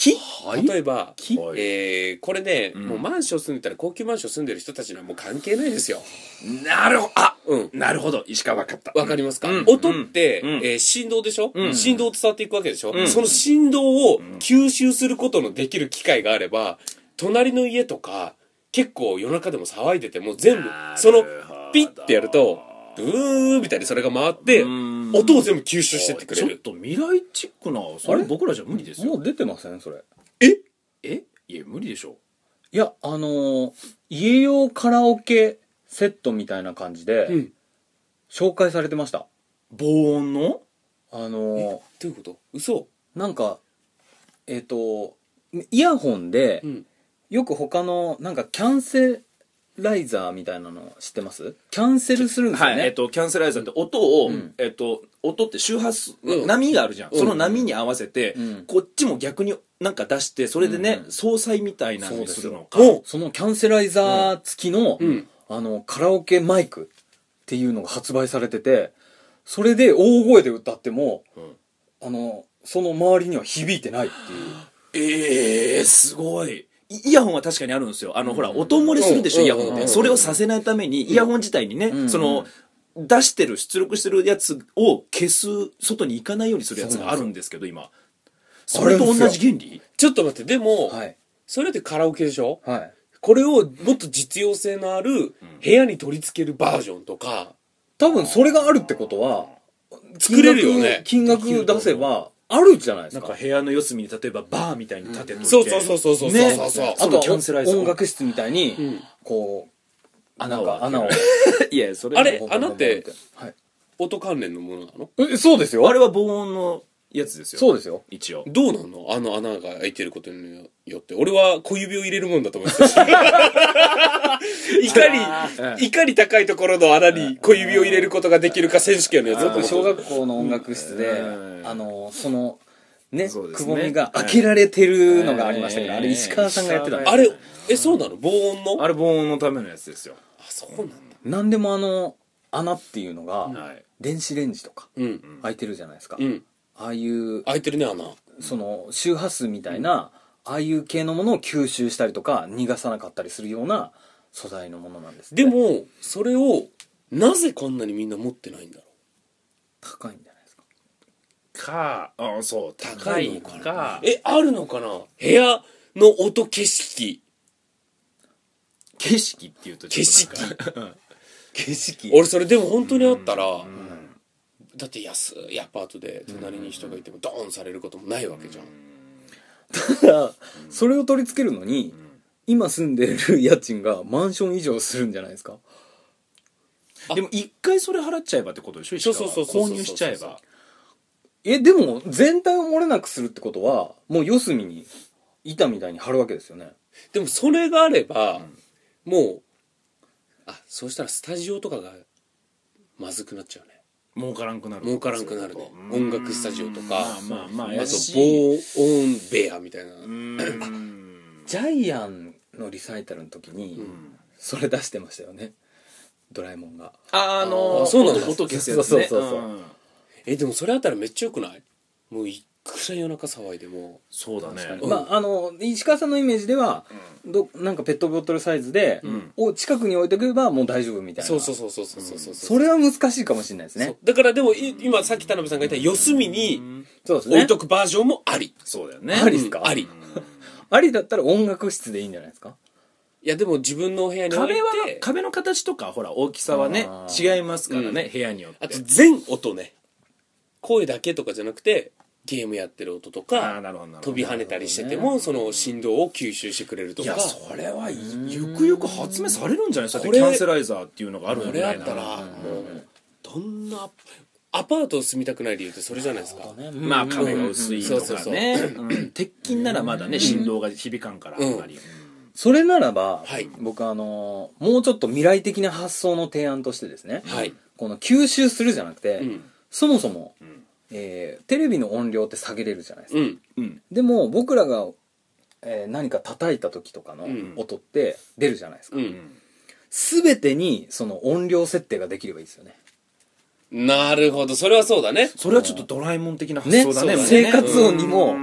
Speaker 2: 木
Speaker 1: 例えば、
Speaker 3: 木
Speaker 1: えー、これね、
Speaker 3: ん
Speaker 1: もうマンション住んでたら高級マンション住んでる人たちにはもう関係ないですよ。
Speaker 3: なるほど。あ、
Speaker 1: うん。
Speaker 3: なるほど。石川分かった。
Speaker 1: わかりますか、
Speaker 3: うん
Speaker 1: 音って、
Speaker 3: うん
Speaker 1: えー振動でしょ、
Speaker 3: うん
Speaker 1: 振動伝わっていくわけでしょ、
Speaker 3: うん
Speaker 1: その振動を吸収することのできる機会があれば、隣の家とか、結構夜中でも騒いでても全部、その、ピッてやると、ブーみたいにそれが回って、
Speaker 3: うん
Speaker 1: 音を全部吸収してってくれ
Speaker 3: ちょっ
Speaker 1: る。
Speaker 3: と未来チックな、それ僕らじゃ無理ですよ。
Speaker 2: もう出てませんそれ。
Speaker 3: えいや、無理でしょ。
Speaker 2: いや、あのー家用カラオケセットみたいな感じで、
Speaker 1: うん。
Speaker 2: 紹介されてました。
Speaker 3: 防音の
Speaker 2: あのー
Speaker 1: どういうこと嘘
Speaker 2: なんか、えっ、と、イヤホンで、
Speaker 1: うん。
Speaker 2: よく他の、なんかキャンセライザーみたいなの知ってます？キャンセルするんですよね。
Speaker 3: はい、えっと、キャンセライザーって音を、
Speaker 2: うん
Speaker 3: えっと、音って周波数、
Speaker 1: うん
Speaker 3: 波があるじゃん。
Speaker 1: うん
Speaker 3: その波に合わせて、
Speaker 2: うん
Speaker 3: こっちも逆になんか出して、それでね、
Speaker 2: うん
Speaker 3: 相殺みたいなのにするのか。
Speaker 1: お
Speaker 2: そのキャンセライザー付きの、
Speaker 1: うん
Speaker 2: あの、カラオケマイクっていうのが発売されてて、それで大声で歌っても、
Speaker 3: うん
Speaker 2: あの、その周りには響いてないっていう。
Speaker 3: ええー、すごい。イイヤホンは確かにあるんですよ。あの、ほら、音漏れするでしょ、
Speaker 1: うん
Speaker 3: イヤホンって。
Speaker 1: うん
Speaker 3: それをさせないために、イヤホン自体にね、
Speaker 2: うん
Speaker 3: その、出してる、出力してるやつを消す、外に行かないようにするやつがあるんですけど、今。それと同じ原理
Speaker 1: ちょっと待って、でも、
Speaker 2: はい。
Speaker 1: それってカラオケでしょ
Speaker 2: はい。
Speaker 1: これをもっと実用性のある部屋に取り付けるバージョンとか、
Speaker 2: 多分それがあるってことは、
Speaker 1: 作れるよね。
Speaker 2: 金額金額出せば、あるじゃないですか。
Speaker 3: なんか部屋の四隅に例えばバーみたいに立てといて、
Speaker 1: そうそうそうそうそう
Speaker 3: ね
Speaker 1: そうそう
Speaker 2: あ
Speaker 3: その
Speaker 2: とは
Speaker 3: キャンセライザー
Speaker 2: 音楽室みたいに、
Speaker 1: ん
Speaker 2: こう、
Speaker 3: 穴を
Speaker 2: なんか穴を。
Speaker 3: いや、それ
Speaker 1: あれ
Speaker 2: ボンボンボンボン
Speaker 1: 穴って
Speaker 2: はい。
Speaker 1: 音関連のものなの
Speaker 2: え、そうですよ。
Speaker 3: あれは防音のやつですよ。
Speaker 2: そうですよ。
Speaker 3: 一応。
Speaker 1: どうなんのあの穴が開いてることによって。俺は小指を入れるもんだと思ってたし。いかに、いかに高いところの穴に小指を入れることができるか選手権のやつだと思って
Speaker 2: 僕小学校の音楽室で、
Speaker 3: うん
Speaker 2: あの、その、ね、
Speaker 3: そうですね
Speaker 2: くぼみが開けられてるのがありましたけど、あれ石川さんがやってたんです
Speaker 1: あれ、え、そうなの防音の
Speaker 3: あれ防音のためのやつですよ。
Speaker 1: あ、そうなんだ。
Speaker 2: なんでもあの、穴っていうのが、
Speaker 3: はい。
Speaker 2: 電子レンジとか
Speaker 1: うん。
Speaker 2: 開いてるじゃないですか。
Speaker 1: うん。
Speaker 2: ああいう、
Speaker 1: 開いてるね、穴。
Speaker 2: その、周波数みたいな、ああいう系のものを吸収したりとか、逃がさなかったりするような素材のものなんですって。
Speaker 1: でも、それを、なぜこんなにみんな持ってないんだろ
Speaker 2: 高いんじゃないですか。
Speaker 3: か、あ、そう、高い
Speaker 1: のかな
Speaker 3: か。
Speaker 1: え、あるのかな部屋の音景色。
Speaker 3: 景色っていうとちょっとなんか
Speaker 2: 景色
Speaker 1: 俺それでも本当にあったら、だって安いアパートで隣に人がいてもドーンされることもないわけじゃん。
Speaker 2: ただ、それを取り付けるのに、今住んでる家賃がマンション以上するんじゃないですか。
Speaker 3: でも一回それ払っちゃえばってことでしょ石川は
Speaker 1: そうそうそうそうそう
Speaker 3: 購入しちゃえば。
Speaker 2: え、でも、全体を漏れなくするってことは、もう四隅に板みたいに貼るわけですよね。
Speaker 1: でもそれがあれば、もう、あ、そうしたらスタジオとかがまずくなっちゃうね。
Speaker 3: 儲からんくなる。
Speaker 1: 儲からんくなるね。
Speaker 3: うん
Speaker 1: 音楽スタジオとか、
Speaker 3: まあまあまあ、
Speaker 1: あと
Speaker 3: やし
Speaker 1: 防音部屋みたいな。
Speaker 3: うん
Speaker 2: ジャイアンのリサイタルの時に、
Speaker 1: ん
Speaker 2: それ出してましたよね。ドラえもんが。
Speaker 3: あ、あの
Speaker 1: あそうなんだ
Speaker 3: 音消すやつね。
Speaker 2: そうそうそうそうん
Speaker 1: え、でもそれあったらめっちゃよくない？もういくら夜中騒いでも。
Speaker 3: そうだね。
Speaker 1: うん
Speaker 2: まあ、あの、石川さんのイメージでは、どなんかペットボトルサイズで、
Speaker 3: ん
Speaker 2: を近くに置いておけばもう大丈夫みたいな。
Speaker 1: そうそうそうそうそうそうそう。
Speaker 2: それは難しいかもしれないです
Speaker 1: そう
Speaker 2: ね。
Speaker 1: だからでもい今さっき田辺さんが言った四隅に
Speaker 2: そうですね。
Speaker 1: 置いとくバージョンもあり。
Speaker 3: そうだよね。
Speaker 2: ありっすか
Speaker 1: うんあり。
Speaker 2: ありだったら音楽室でいいんじゃないですか。
Speaker 1: いやでも自分のお部屋に置い
Speaker 3: 壁は、
Speaker 1: て、
Speaker 3: 壁の形とか、ほら、大きさはね
Speaker 2: あ、ー
Speaker 3: 違いますからね、部屋によって。
Speaker 1: あと全音ね。声だけとかじゃなくて、ゲームやってる音と
Speaker 3: あー
Speaker 1: か、
Speaker 3: なるほどなるほど
Speaker 1: 飛び跳ねたりしてても、その振動を吸収してくれるとか。
Speaker 3: いや、それはゆくゆく発明されるんじゃないですか。だって
Speaker 1: これ
Speaker 3: キャンセライザーっていうのがある
Speaker 1: こ
Speaker 3: ぐらいなら
Speaker 1: れあったら、もう、どんな、アパートを住みたくない理由ってそれじゃないですか。
Speaker 3: まあ壁が薄いと
Speaker 1: そうそうそう
Speaker 3: かね。うん鉄筋ならまだね、振動が響かんから、あんまり。
Speaker 2: それならば、
Speaker 1: はい
Speaker 2: 僕あのもうちょっと未来的な発想の提案としてですね、
Speaker 1: はい。
Speaker 2: この吸収するじゃなくて、
Speaker 1: うん。
Speaker 2: そもそも、
Speaker 3: ん
Speaker 2: えーテレビの音量って下げれるじゃないですか、
Speaker 1: うん。
Speaker 3: うん。
Speaker 2: でも僕らが、えー何か叩いた時とかの
Speaker 1: うん
Speaker 2: 音って出るじゃないですか、
Speaker 1: うん。
Speaker 2: 全てにその音量設定ができればいいですよね。
Speaker 1: なるほど。それはそうだね。
Speaker 3: それはちょっとドラえもん的な発
Speaker 2: ね
Speaker 3: 想だね。
Speaker 1: そうだね
Speaker 2: 生活音にも
Speaker 3: うん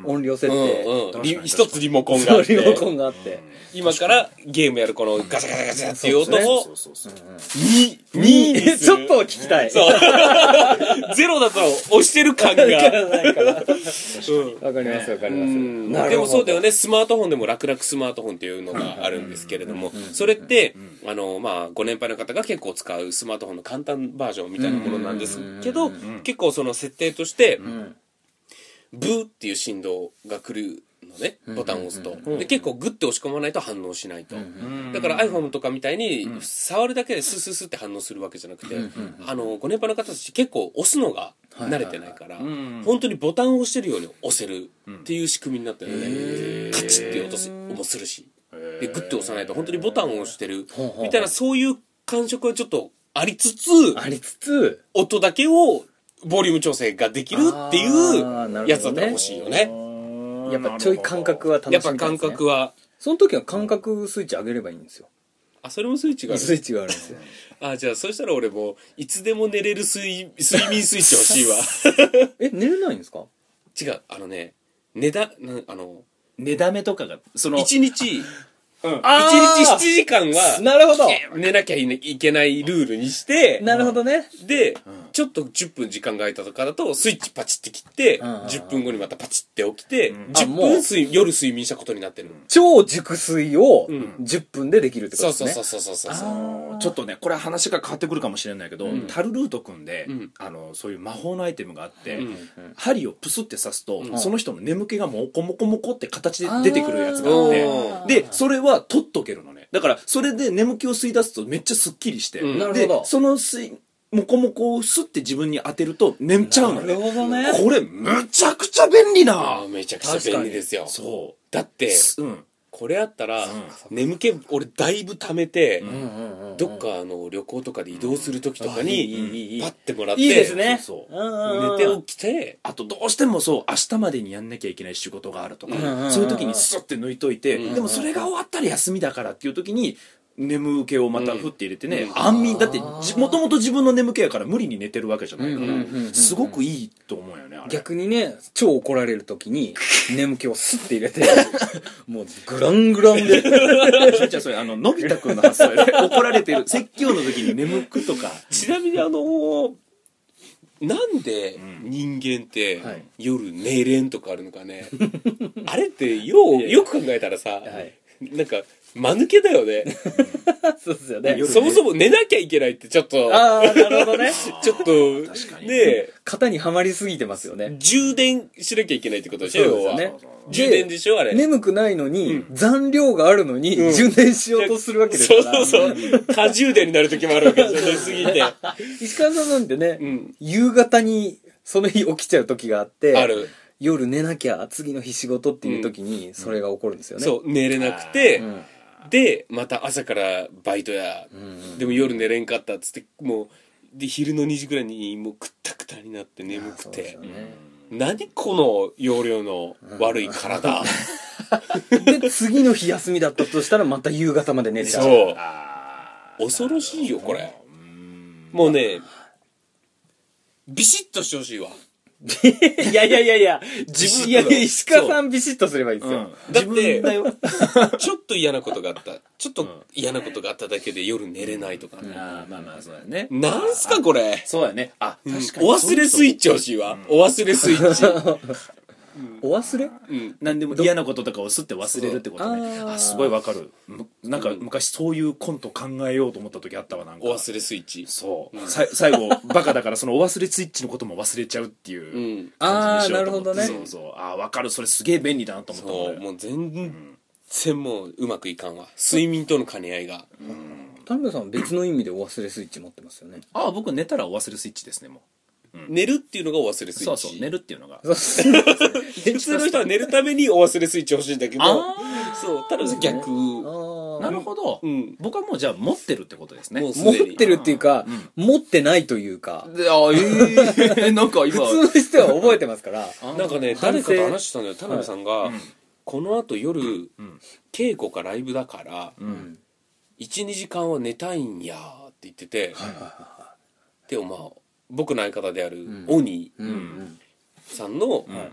Speaker 2: 音量設定、
Speaker 1: うんうん、リ
Speaker 3: 確かに
Speaker 1: 一つリモコンが
Speaker 2: そう
Speaker 1: あって
Speaker 2: リモコンがあって、
Speaker 1: 今からゲームやるこのガチャガチャガチャっていう音を
Speaker 3: そうそうそう
Speaker 1: に
Speaker 2: に
Speaker 1: に
Speaker 2: ちょっと聞きたい。
Speaker 1: そうゼロだと押してる感が
Speaker 2: わからないから。わか
Speaker 1: うん
Speaker 2: りますわかり
Speaker 1: う
Speaker 2: ます。
Speaker 1: ん
Speaker 2: なるほど
Speaker 1: でもそうだよね、スマートフォンでも楽々スマートフォンっていうのがあるんですけれども、それってあのまあご年配の方が結構使うスマートフォンの簡単バージョンみたいなものなんですけど、結構その設定として
Speaker 2: ん
Speaker 1: ブーっていう振動が来るのね、ボタンを押すと、で結構グッて押し込まないと反応しないと、だから iPhone とかみたいに触るだけでスースースーって反応するわけじゃなくて、あのご年配の方たち結構押すのが慣れてないから、本当にボタンを押してるように押せるっていう仕組みになってるので、カチッっていう音すもするし、でグッて押さないと本当にボタンを押してるみたいな、そういう感触はちょっとありつつ、
Speaker 2: ありつつ、
Speaker 1: 音だけをボリューム調整ができるっていうやつだったら欲しいよね。
Speaker 2: やっぱちょい感覚は楽しみ
Speaker 1: や
Speaker 2: たいですね。
Speaker 1: っぱ感覚は、
Speaker 2: その時は感覚スイッチ上げればいいんですよ。
Speaker 1: あ、それもスイッチがある。
Speaker 2: スイッチがあるんですよ。
Speaker 1: あ、じゃあそしたら俺もいつでも寝れる睡睡眠スイッチ欲しいわ。
Speaker 2: え、寝れないんですか？
Speaker 1: 違う、あのね、寝だ、なあの、
Speaker 3: 寝だめとかがその
Speaker 1: 一日、
Speaker 2: あ
Speaker 1: 一日しちじかんは、
Speaker 2: なるほど。
Speaker 1: 寝なきゃいけないルールにして、
Speaker 2: なるほどね。
Speaker 1: で、ちょっとじゅっぷん時間が空いたとかだと、スイッチパチって切って
Speaker 2: うんうんう、ん
Speaker 1: じゅっぷんごにまたパチって起きて、
Speaker 3: ん
Speaker 1: 10
Speaker 2: あもう
Speaker 1: 分睡夜睡眠したことになってる。
Speaker 2: 超熟睡を
Speaker 1: ん
Speaker 2: じゅっぷんでできるってことですね。
Speaker 1: そうそうそうそうそうそう。
Speaker 3: ちょっとねこれは話が変わってくるかもしれないけど、タルルート君で、
Speaker 1: ん
Speaker 3: あのそういう魔法のアイテムがあって、
Speaker 1: ん
Speaker 3: 針をプスって刺すと、
Speaker 1: ん
Speaker 3: その人の眠気がもこもこもこって形で出てくるやつがあって
Speaker 1: あー
Speaker 3: でそれは取っとけるのね。だからそれで眠気を吸い出すとめっちゃスッキリして、
Speaker 1: うん
Speaker 2: なるほど
Speaker 3: でその吸いもこもこをスッて自分に当てると眠っちゃうのね。
Speaker 2: なるほどね。
Speaker 3: これむちゃくちゃ便利な
Speaker 1: あーめちゃくちゃ便利ですよ。
Speaker 3: そ
Speaker 1: だって、
Speaker 3: ううん
Speaker 1: これあったら、眠気、俺だいぶ溜めて、
Speaker 2: うんうんうん。
Speaker 1: どっかの旅行とかで移動する時とか
Speaker 2: あいいいいい
Speaker 1: に、
Speaker 2: い
Speaker 1: パッてもらって、
Speaker 2: いいですね。
Speaker 3: そう
Speaker 2: うんうんうん
Speaker 1: 寝て起きて、
Speaker 3: あとどうしてもそう明日までにやんなきゃいけない仕事があるとか、
Speaker 2: うんうんうん
Speaker 3: そういう時にスッて抜いといて、
Speaker 1: うん
Speaker 3: でもそれが終わったら休みだからっていう時に眠気をまたふって入れてね、
Speaker 1: うん
Speaker 3: 安眠だってじもともと自分の眠気やから無理に寝てるわけじゃないから、
Speaker 2: うんうんうんうん
Speaker 3: すごくいいと思うよねあれ。
Speaker 2: 逆にね、超怒られる時に眠気をスッて入れて、もうグラングランで。
Speaker 3: じゃあそれあののび太くんの発想やね怒られてる説教の時に眠くとか
Speaker 1: ちなみにあのーなんで人間って
Speaker 2: はい
Speaker 1: 夜寝れんとかあるのかね、あれってようよく考えたらさ、
Speaker 2: い
Speaker 1: なんか間抜けだよね。
Speaker 2: そうですよね。
Speaker 3: 夜
Speaker 1: そもそも寝なきゃいけないってちょっと
Speaker 2: ああ、なるほどね。
Speaker 1: ちょっと
Speaker 3: 確かに
Speaker 1: ね
Speaker 2: 型にはまりすぎてますよね。
Speaker 1: 充電しなきゃいけないってことでしょ、要は
Speaker 2: そうですよね。
Speaker 1: 充電でしょあれ。
Speaker 2: 眠くないのに、残量があるのに、
Speaker 1: うん
Speaker 2: 充電しようとするわけです
Speaker 1: そう
Speaker 2: から。
Speaker 1: そうそう。過充電になる時もあるわけですよ、寝すぎて。
Speaker 2: 石川さんなんてね、
Speaker 1: うん。
Speaker 2: 夕方にその日起きちゃう時があって、
Speaker 1: ある。
Speaker 2: 夜寝なきゃ次の日仕事っていう時にそれが起こるんですよね。
Speaker 1: そう、寝れなくて、
Speaker 2: うん
Speaker 1: で、また朝からバイトや、
Speaker 2: うん
Speaker 1: でも夜寝れんかったっつって、もう、で、昼のにじぐらいにもうくったくたになって眠くて
Speaker 2: そうですよ、ね。
Speaker 1: 何この容量の悪い体。
Speaker 2: で、次の日休みだったとしたらまた夕方まで寝ちゃう。
Speaker 1: そう。
Speaker 3: あ
Speaker 1: 恐ろしいよ、これ。
Speaker 3: ーうん
Speaker 1: もうね、ビシッとしてほしいわ。
Speaker 2: いやいやいやいや、
Speaker 1: 自分
Speaker 2: いやいや、石川さんビシッとすればいいですよ。
Speaker 3: うん
Speaker 1: だって
Speaker 3: 自分だよ
Speaker 1: ちょっと嫌なことがあった。ちょっと嫌なことがあっただけで夜寝れないとか。
Speaker 3: あーまあまあそうだね
Speaker 1: なんすかこれ。
Speaker 3: そうだねあ確かに
Speaker 1: お忘れスイッチ欲しいわ。お忘れスイッチ。
Speaker 2: お忘れ
Speaker 1: うん。
Speaker 3: 何でも嫌なこととかをすって忘れるってことね
Speaker 2: そうあー
Speaker 3: あすごいわかるむなんか昔そういうコント考えようと思った時あったわなんか
Speaker 1: お忘れスイッチ。
Speaker 3: そう、さ最後バカだからそのお忘れスイッチのことも忘れちゃうっていううん感じにしようと思って
Speaker 2: あーなるほどね
Speaker 3: そうそうあーわかるそれすげえ便利だなと思った
Speaker 1: そう、もう全然もううまくいかんわ。睡眠との兼ね合いが。
Speaker 2: 田辺さんは別の意味でお忘れスイッチ持ってますよね。
Speaker 3: ああ僕寝たらお忘れスイッチですねも
Speaker 1: 寝るっていうのがお忘れスイッチ。
Speaker 3: うそうそう寝るっていうのが
Speaker 2: そう
Speaker 1: 普通の人は寝るためにお忘れスイッチ欲しいんだけど、
Speaker 3: あ
Speaker 1: そう、ただ逆。
Speaker 2: あ
Speaker 3: なるほど、
Speaker 1: うん
Speaker 3: 僕はもうじゃあ持ってるってことですね
Speaker 1: もうす
Speaker 2: 持ってるっていうか、
Speaker 3: うん
Speaker 2: 持ってないというか、
Speaker 3: であーええなんか
Speaker 2: 普
Speaker 3: 今
Speaker 2: 通の人は覚えてますから。
Speaker 1: なんかね、
Speaker 2: 反省
Speaker 1: 誰かと話したんだよ、田辺さんが、
Speaker 3: うん
Speaker 1: この後夜、
Speaker 3: ん
Speaker 1: 稽古かライブだから、
Speaker 3: うん
Speaker 1: いち、にじかんは寝たいんやーって言ってて、でもまあ、僕の相方である、
Speaker 2: ん
Speaker 1: オニ
Speaker 2: うんうん
Speaker 1: さんの、
Speaker 3: ん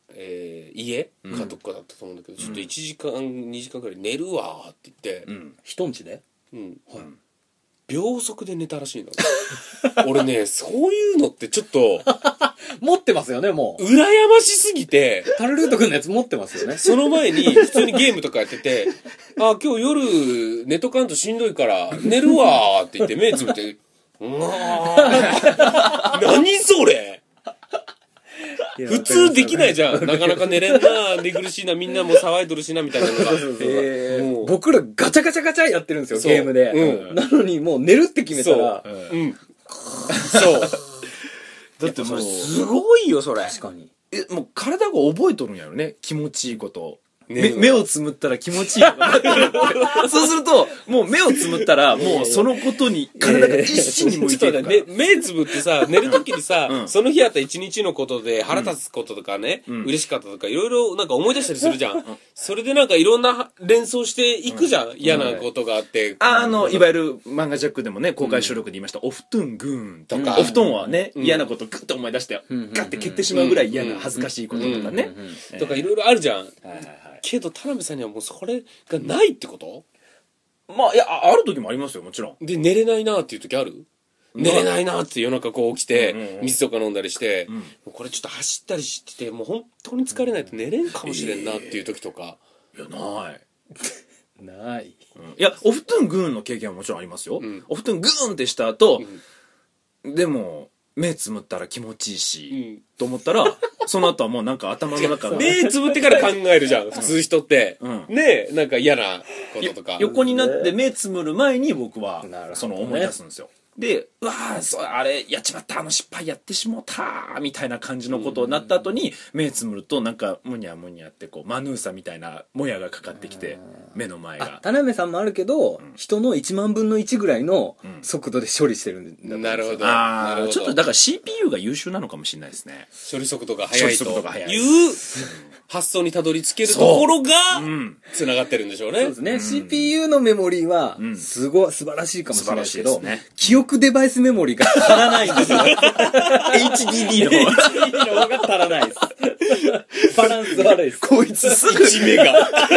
Speaker 1: えー家かどっかだったと思うんだけど、ちょっといちじかんにじかんくらい寝るわーって言って、
Speaker 3: うん
Speaker 2: 人んちで
Speaker 1: うん
Speaker 2: はい
Speaker 1: 秒速で寝たらしいの俺ねそういうのってちょっと
Speaker 2: 持ってますよねもう
Speaker 1: 羨ましすぎて
Speaker 2: タルルート君のやつ持ってますよね
Speaker 1: その前に普通にゲームとかやっててあ今日夜寝とかんとしんどいから寝るわーって言って目つぶってうわー何それ普通できないじゃんなかなか寝れんな寝苦しいなみんなも騒いどるしなみたいなのが
Speaker 2: え
Speaker 1: もう
Speaker 2: 僕らガチャガチャガチャやってるんですよ
Speaker 1: そう
Speaker 2: ゲームで、
Speaker 1: うん
Speaker 2: なのにもう寝るって決めたら
Speaker 1: うん、うん、そう
Speaker 3: だってもう
Speaker 1: すごいよそれ
Speaker 2: 確かに
Speaker 3: えもう体が覚えとるんやろね気持ちいいことを目
Speaker 1: 寝るの
Speaker 3: 目をつむったら気持ちいいのが待ってるってそうするともう目をつむったらもうそのことに体が一心に向いていくから、
Speaker 1: ちょっとね、目つぶってさ、寝るときにさ、
Speaker 3: うん
Speaker 1: その日あった一日のことで腹立つこととかね、
Speaker 3: うん
Speaker 1: 嬉しかったとか、いろいろなんか思い出したりするじゃん。それでなんかいろんな連想していくじゃん。嫌なことがあって。
Speaker 3: あのいわゆる漫画ジャックでもね公開収録で言いました、オフトゥングーンとか、
Speaker 1: うん
Speaker 3: お布団はね、
Speaker 1: うん
Speaker 3: 嫌なことをグッと思い出して、
Speaker 2: うん
Speaker 3: ガッて蹴ってしまうぐらい嫌な恥ずかしいこととかね、
Speaker 1: とかいろいろあるじゃん。
Speaker 3: はいはいはい
Speaker 1: けど、田辺さんにはもうそれがないってこと？
Speaker 3: まあいやあある時もありますよもちろん。
Speaker 1: で、寝れないなっていう時ある？寝れないなって夜中こう起きて、
Speaker 3: うんうんうん
Speaker 1: 水とか飲んだりして、
Speaker 3: ん
Speaker 1: もうこれちょっと走ったりしてて、もう本当に疲れないと寝れんかもしれんなっていう時とか。
Speaker 3: いやない
Speaker 2: ない
Speaker 3: いやオフトゥングーンの経験はもちろんありますよ、
Speaker 1: うん
Speaker 3: オフトゥングーンってした後、
Speaker 1: うん
Speaker 3: でも目つむったら気持ちいいし、
Speaker 1: うん
Speaker 3: と思ったらその後はもうなんか頭の中が
Speaker 1: 目つぶってから考えるじゃん、普通人って。
Speaker 3: うん
Speaker 1: ねえ、なんか嫌なこととか。
Speaker 3: 横になって目つむる前に僕は
Speaker 2: なるほどね
Speaker 3: その思い出すんですよ。でうわーそあれやっちまったあの失敗やってしもたみたいな感じのことになった後に目つむるとなんかむにゃむにゃってこうマヌーサみたいなもやがかかってきて目の前
Speaker 2: あ
Speaker 3: が
Speaker 2: 田辺さんもあるけど、人のいちまんぶんのいちぐらいの
Speaker 3: ん
Speaker 2: 速度で処理してるんだと思うんですよ
Speaker 1: なるほど。
Speaker 3: あ
Speaker 1: なるほど
Speaker 3: あちょっとだから シーピーユー が優秀なのかもしれないですね。
Speaker 1: 処理速度が速いと
Speaker 3: 処理速度が速い
Speaker 1: いう発想にたどり着けるところが
Speaker 3: うん
Speaker 1: 繋がってるんでしょうね。
Speaker 2: そうですね、シーピーユー のメモリーは
Speaker 3: ん
Speaker 2: すごい素晴らしいかもしれないですけど、
Speaker 3: 素晴らしいですね
Speaker 2: 記憶デバイスメモリーが足らないんですよ
Speaker 3: エイチディーディー の方
Speaker 2: エイチディーディー の方が足らないですバランス悪いです
Speaker 3: こいつすぐ
Speaker 1: 一目が。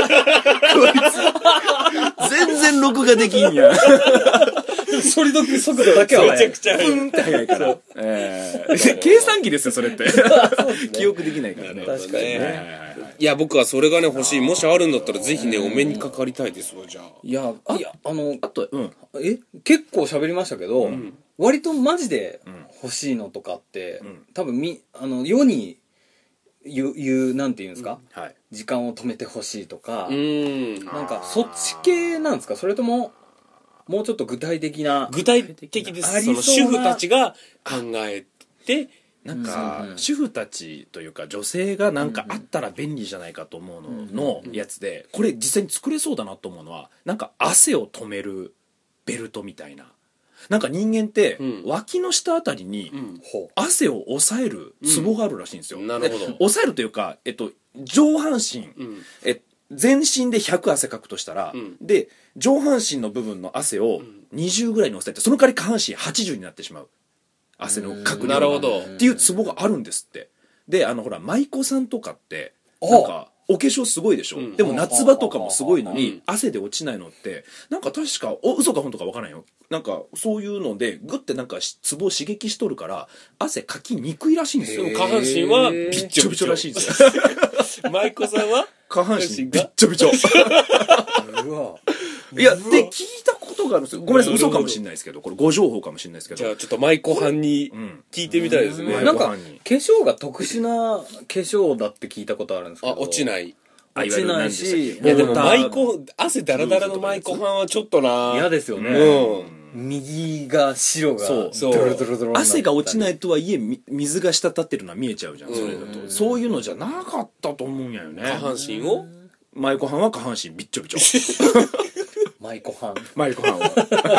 Speaker 3: 全然録画できんやん
Speaker 2: 処理読速度だけは
Speaker 1: め
Speaker 2: 速い
Speaker 1: ちゃくちゃ速い。
Speaker 3: プンって早いから、えー計算機ですよそれって記憶できないからね。
Speaker 1: なるほど
Speaker 2: 確かにね
Speaker 3: はいはいはい
Speaker 1: いや、僕はそれがね、欲しい。もしあるんだったらぜひね、お目にかかりたいですわ、じゃあ。
Speaker 2: いやいやあの
Speaker 3: あとうん
Speaker 2: え結構喋りましたけど、
Speaker 1: ん
Speaker 2: 割とマジで
Speaker 3: ん
Speaker 2: 欲しいのとかって、
Speaker 3: ん
Speaker 2: 多分みあの世に言う言うなんて言うんですか、
Speaker 3: はい
Speaker 2: 時間を止めてほしいとか、
Speaker 1: うーん。
Speaker 2: なんかそっち系なんですか、それとももうちょっと具体的な
Speaker 1: 具体的です。
Speaker 2: ありそうな
Speaker 1: その主婦たちが考えて、
Speaker 3: なんか、
Speaker 2: うんうん
Speaker 3: 主婦たちというか女性がなんかあったら便利じゃないかと思うののやつでこれ実際に作れそうだなと思うのはなんか汗を止めるベルトみたいな。なんか人間って
Speaker 1: うん
Speaker 3: 脇の下あたりに
Speaker 1: うん。
Speaker 2: ほ
Speaker 3: 汗を抑えるツボがあるらしいんですよ、
Speaker 1: うんなるほど
Speaker 3: で抑えるというか、えっと、上半身、
Speaker 1: うん。
Speaker 3: え全身でひゃく汗かくとしたら、
Speaker 1: うん
Speaker 3: で上半身の部分の汗をにじゅうぐらいに抑えてその代わり下半身はちじゅうになってしまう汗のかく量が
Speaker 1: なるほど
Speaker 3: っていうツボがあるんですって。であのほら舞妓さんとかって
Speaker 2: お
Speaker 3: なんかお化粧すごいでしょ、
Speaker 1: うん
Speaker 3: でも夏場とかもすごいの
Speaker 1: うん
Speaker 3: に汗で落ちないのってなんか確かお嘘か本当か分からないよなんかそういうのでグッてなんかしツボを刺激しとるから汗かきにくいらしいんですよ。
Speaker 1: でも下半身は
Speaker 2: へー
Speaker 1: びっ
Speaker 3: びっちょびちょ
Speaker 1: ちょびちょ
Speaker 3: らしいですよ
Speaker 1: 舞妓さんは
Speaker 3: 下半身びっちょびちょ
Speaker 2: うわ
Speaker 3: いやで聞いたことがあるんですよ。ごめんなさい嘘かもしれないですけどこれ誤情報かもしれないですけど
Speaker 1: じゃあちょっと舞妓班に
Speaker 3: うん
Speaker 1: 聞いてみたいですね。
Speaker 2: なんか化
Speaker 3: ご飯に
Speaker 2: 粧が特殊な化粧だって聞いたことあるんですけ
Speaker 1: あ、
Speaker 2: ど、
Speaker 1: 落ちない。い
Speaker 3: あ
Speaker 2: 落ちないし
Speaker 3: いわゆる何でしたっけ
Speaker 1: やでも舞妓、汗だらだらの舞妓班はちょっとな。
Speaker 2: 嫌ですよね、
Speaker 1: うん。
Speaker 2: 右が白が
Speaker 3: そう
Speaker 1: そう
Speaker 2: ドロドロドロになったり
Speaker 3: 汗が落ちないとはいえみ水が滴ってるのは見えちゃうじゃんそれだと、
Speaker 1: うん
Speaker 3: そういうのじゃなかったと思うんやよね。
Speaker 1: 下半身を
Speaker 3: 舞妓班は下半身びっちょびちょ
Speaker 2: 舞妓班
Speaker 3: 舞妓班は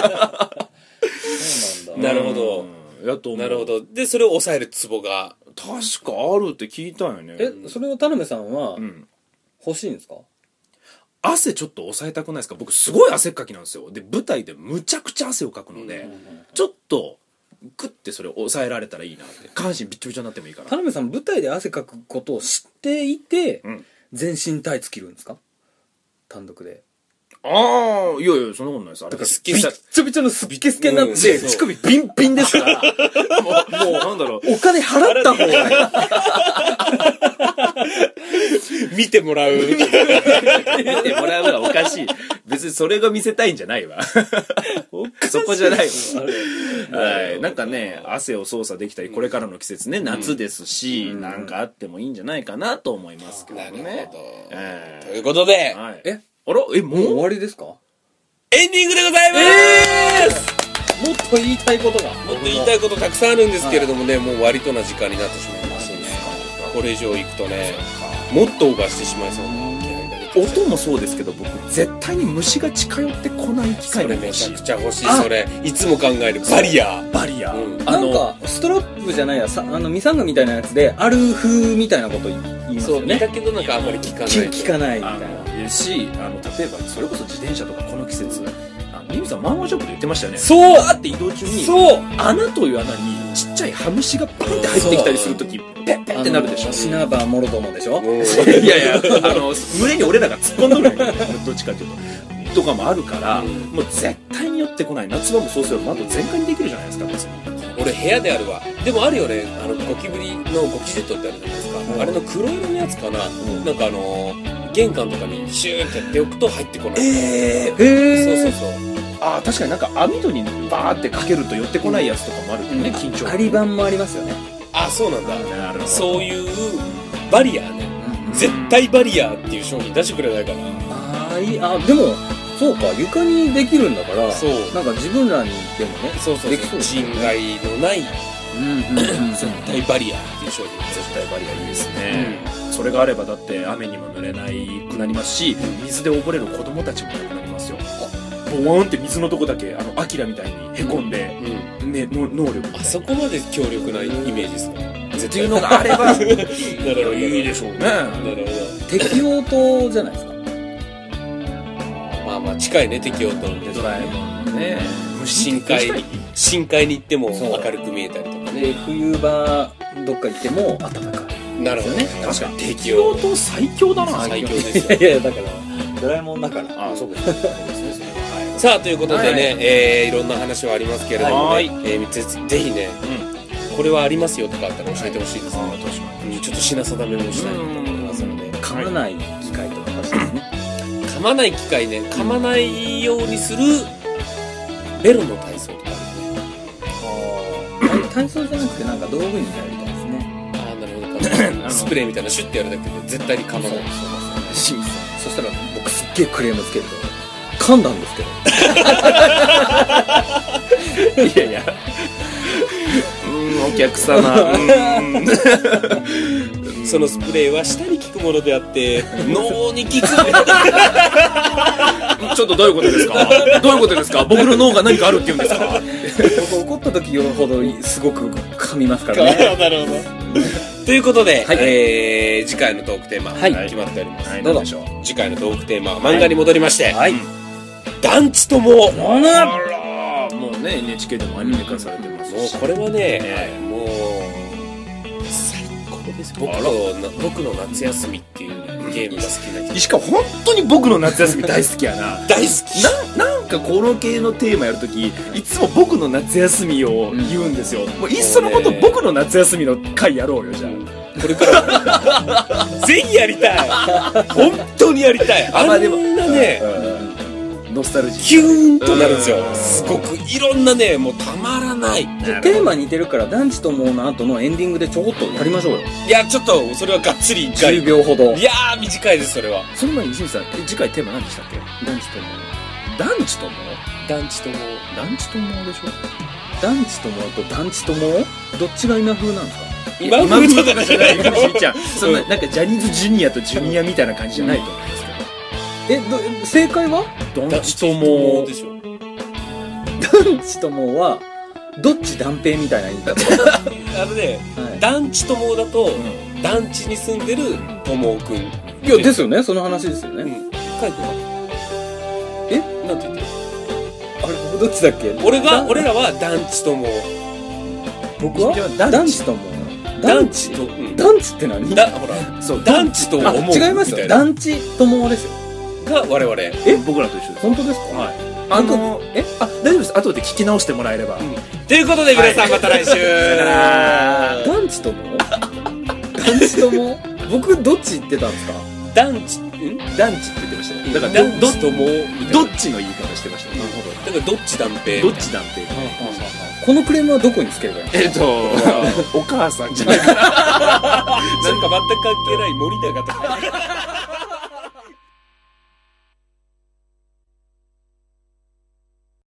Speaker 2: そうなんだ
Speaker 1: なるほど
Speaker 3: うんやと思う。
Speaker 1: なるほど。で、それを抑えるツボが。
Speaker 3: 確かあるって聞いたよね。
Speaker 2: えそれを田辺さんは
Speaker 3: うん
Speaker 2: 欲しいんですか、
Speaker 3: 汗ちょっと抑えたくないですか。僕すごい汗っかきなんですよ。で舞台でむちゃくちゃ汗をかくので、ちょっとグッてそれを抑えられたらいいなって。下半身びっちょびちょになってもいいから。
Speaker 2: 田辺さん舞台で汗かくことを知っていて、
Speaker 3: うん、
Speaker 2: 全身タイツ着るんですか？単独で。
Speaker 3: ああ、いやいや、そんなことないです。あれ。
Speaker 2: びっちょびちょのスッケスケになって、乳首ピンピンですから。もう、もう、なんだろう。お金払った方がいい。
Speaker 1: 見てもらう。見
Speaker 3: てもらうはおかしい。別にそれが見せたいんじゃないわ。そこじゃないわ。はい。なんかね、汗を操作できたり、これからの季節ね、夏ですし、なんかあってもいいんじゃないかなと思いますけどね。
Speaker 1: なるほど。
Speaker 3: え
Speaker 1: ということで、
Speaker 2: え
Speaker 3: あらえ、もう
Speaker 2: もう終わりですか？
Speaker 1: エンディングでございます、
Speaker 2: えー、もっと言いたいことが
Speaker 1: もっと言いたいことたくさんあるんですけれどもね、もう割とな時間になってしまいますので、これ以上いくとね、もっとオーバーしてしまいそうな気配が出てきて、
Speaker 3: 音もそうですけど、僕絶対に虫が近寄ってこない機械
Speaker 1: それめ
Speaker 3: が欲しい。
Speaker 1: ちゃくちゃ欲しい。それいつも考えるバリア
Speaker 3: バリア、
Speaker 1: うん、
Speaker 3: あの
Speaker 2: なんかストラップじゃないやさ、あのミサンガみたいなやつである風みたいなこと言います
Speaker 1: そう
Speaker 2: よね。
Speaker 1: だけどなんかあんまり聞かない
Speaker 2: 聞聞かないみたい
Speaker 3: あ
Speaker 2: な。
Speaker 3: のし、あの例えばそれこそ自転車とかこの季節、あのユミさんマンゴーショップで言ってましたよね。
Speaker 1: そう
Speaker 3: バーって移動中に
Speaker 1: そう
Speaker 3: 穴という穴にちっちゃいハムシがパンって入ってきたりするときペッペッってなるでしょ。
Speaker 2: シナバーモロドモでしょ。
Speaker 1: うん
Speaker 3: いやいや、あの胸に俺らが突っ込んどるよどっちかっていうととかもあるから、
Speaker 1: うん
Speaker 3: もう絶対に寄ってこない。夏場もそうすれば窓全開にできるじゃないですか。別に
Speaker 1: 俺部屋であるわ。でもあるよね、あのゴキブリのゴキジェットってあるじゃないですか、
Speaker 2: うん
Speaker 1: あれの黒色のやつかな、なんかあのー玄関とかにシューってやっておくと入ってこない。
Speaker 3: えー、
Speaker 2: へ
Speaker 1: そうそうそう。
Speaker 3: ああ確かになんか網戸にバーってかけると寄ってこないやつとかもあるけどね、緊張
Speaker 2: アリバンもありますよね。
Speaker 1: あ、そうなんだ。
Speaker 3: なるほど。
Speaker 1: そういうバリアね、絶対バリアっていう商品出してくれないかな。
Speaker 2: あーいいあでもそうか、床にできるんだから、
Speaker 1: そう
Speaker 2: なんか自分らにでもね、
Speaker 1: そうそう
Speaker 2: できそう
Speaker 1: そう、
Speaker 2: ですね
Speaker 1: 人外のない
Speaker 2: うんうんうん
Speaker 1: 絶対バリアっていう商品です。
Speaker 3: 絶対バリアいいですね、それがあればだって雨にも濡れないくなりますし、水で溺れる子供たちもいなくなりますよ。ボワーンって水のとこだけあのアキラみたいにへこんで、
Speaker 1: うん
Speaker 3: ね、の能力みたいな
Speaker 1: あそこまで強力なイメージですか。
Speaker 3: っていうのがあれば
Speaker 1: なるほど
Speaker 3: いいでしょうね。
Speaker 1: なるほど。
Speaker 2: 適応灯じゃないですか。
Speaker 1: まあまあ近いね、適応と
Speaker 3: ドラえもんのね、
Speaker 1: 深海に深海に行っても
Speaker 2: そう
Speaker 1: 明るく見えたりとか
Speaker 2: で
Speaker 1: ね。
Speaker 2: 冬場どっか行っても暖かい。
Speaker 1: なるほどね。
Speaker 3: 確かに適応と最強だな。
Speaker 1: 最強ですよ。
Speaker 2: いやいやだからドラえもんだから。
Speaker 3: ああそうですね。
Speaker 1: さあということでね、
Speaker 2: はい
Speaker 1: えーいろんな話はありますけれどもね、
Speaker 3: はい
Speaker 1: えーぜぜひね、これはありますよとかあったら教えてほしいですね。
Speaker 3: ああ確かに。
Speaker 1: うんちょっと品定めもしたいなと思いますので、
Speaker 2: 噛まない機械とか欲しいですね。
Speaker 1: 噛まない機械ね、噛まないようにするベロの体操とかあるよね。
Speaker 2: あ体操じゃなくてなんか道具になりたいですね。
Speaker 1: ああなるほど。スプレーみたいなシュッてやるだけで絶対に噛まない。
Speaker 2: そしたら僕すっげえクレームつけると噛んだんですけど。
Speaker 3: いやいや。うーんお客様。うーん
Speaker 1: そのスプレーは舌に効くものであって脳に効くものだ。
Speaker 3: ちょっとどういうことですか。どういうことですか。僕の脳が何かあるって言うんですか。
Speaker 2: 僕怒った時ほどすごく噛みますからね。
Speaker 1: なるほど。ということで、
Speaker 2: はい
Speaker 1: えー次回のトークテーマ、
Speaker 2: はい
Speaker 1: 決まっております。
Speaker 3: はい、
Speaker 2: どうぞ
Speaker 3: 何でしょう。
Speaker 1: 次回のトークテーマは漫画に戻りまして、
Speaker 2: はい。
Speaker 1: 団地とも。
Speaker 3: あらー、もうね エヌエイチケー でもアニメ化されてますし、
Speaker 1: もうこれはね、
Speaker 3: え
Speaker 1: もう最高です。僕
Speaker 3: あら
Speaker 1: とな僕の夏休みっていうゲームが好きな人。
Speaker 3: しかも本当に僕の夏休み大好きやな。
Speaker 1: 大好き。
Speaker 3: ななんかこの系のテーマやるときいつも僕の夏休みを言うんですよ、もういっそのこと僕の夏休みの回やろうよ。じゃあ
Speaker 1: これからぜひやりたい。本当にやりたい。あ
Speaker 3: まあでも
Speaker 1: んなね、
Speaker 3: ノスタルジ
Speaker 1: キューンとなるんですよ
Speaker 3: う。ん
Speaker 1: すごくいろんなね、もうたまらない。
Speaker 2: じゃあテーマ似てるから団地と思うの後のエンディングでちょこっとやりましょうよ。
Speaker 1: いやちょっとそれはがっつり一回。
Speaker 2: じゅうびょうほど。
Speaker 1: いやー短いですそれは。
Speaker 3: その前に清水さん、え次回テーマ何でしたっけ。
Speaker 2: 団地と思う。
Speaker 3: 団地とも
Speaker 1: 団地とも。
Speaker 3: 団地ともでしょ。
Speaker 2: 団地と思うと団地ともどっちが今風なんですか。
Speaker 1: 今風とかじゃない。
Speaker 3: しんちゃんそんななんかジャニーズジュニアとジュニアみたいな感じじゃないと思いますけど、
Speaker 2: えど正解は
Speaker 3: 団地とも
Speaker 1: でしょ。
Speaker 2: 団地ともはどっち断平みたいな言い方。
Speaker 1: あのね、
Speaker 2: はい
Speaker 1: 団地ともだと、団地に住んでるともくん。
Speaker 2: いやですよね、その話ですよね。
Speaker 1: うん。カイ君は
Speaker 2: え
Speaker 1: なんて言ってる。
Speaker 2: あれ僕どっちだっけ。
Speaker 1: 俺が
Speaker 2: だ
Speaker 1: 俺らは団地とも。
Speaker 2: 僕は団地と思う。
Speaker 1: 団地と、うん、
Speaker 2: 団地って何？
Speaker 1: だほらそう団地と思う。
Speaker 2: 違いますよ。団地ともですよ。
Speaker 1: が我々。
Speaker 3: え僕らと一緒です。
Speaker 2: 本当ですか？
Speaker 3: はい。あのえあ大丈夫です。後で聞き直してもらえれば。うん、
Speaker 1: ということで皆さんまた来週。
Speaker 2: 団地とも？団地とも？僕どっち言ってたんですか？
Speaker 1: 団地ん？
Speaker 3: 団地って言ってましたね。だから
Speaker 1: 団地とも
Speaker 3: どっちの言い方してました。
Speaker 2: なるほど。
Speaker 1: だからどっち断平。
Speaker 3: どっち断平。
Speaker 2: このクレームはどこにつければいいんですか？
Speaker 3: えっとお母さんじゃないかな。
Speaker 1: なんか全く関係ない森永とか。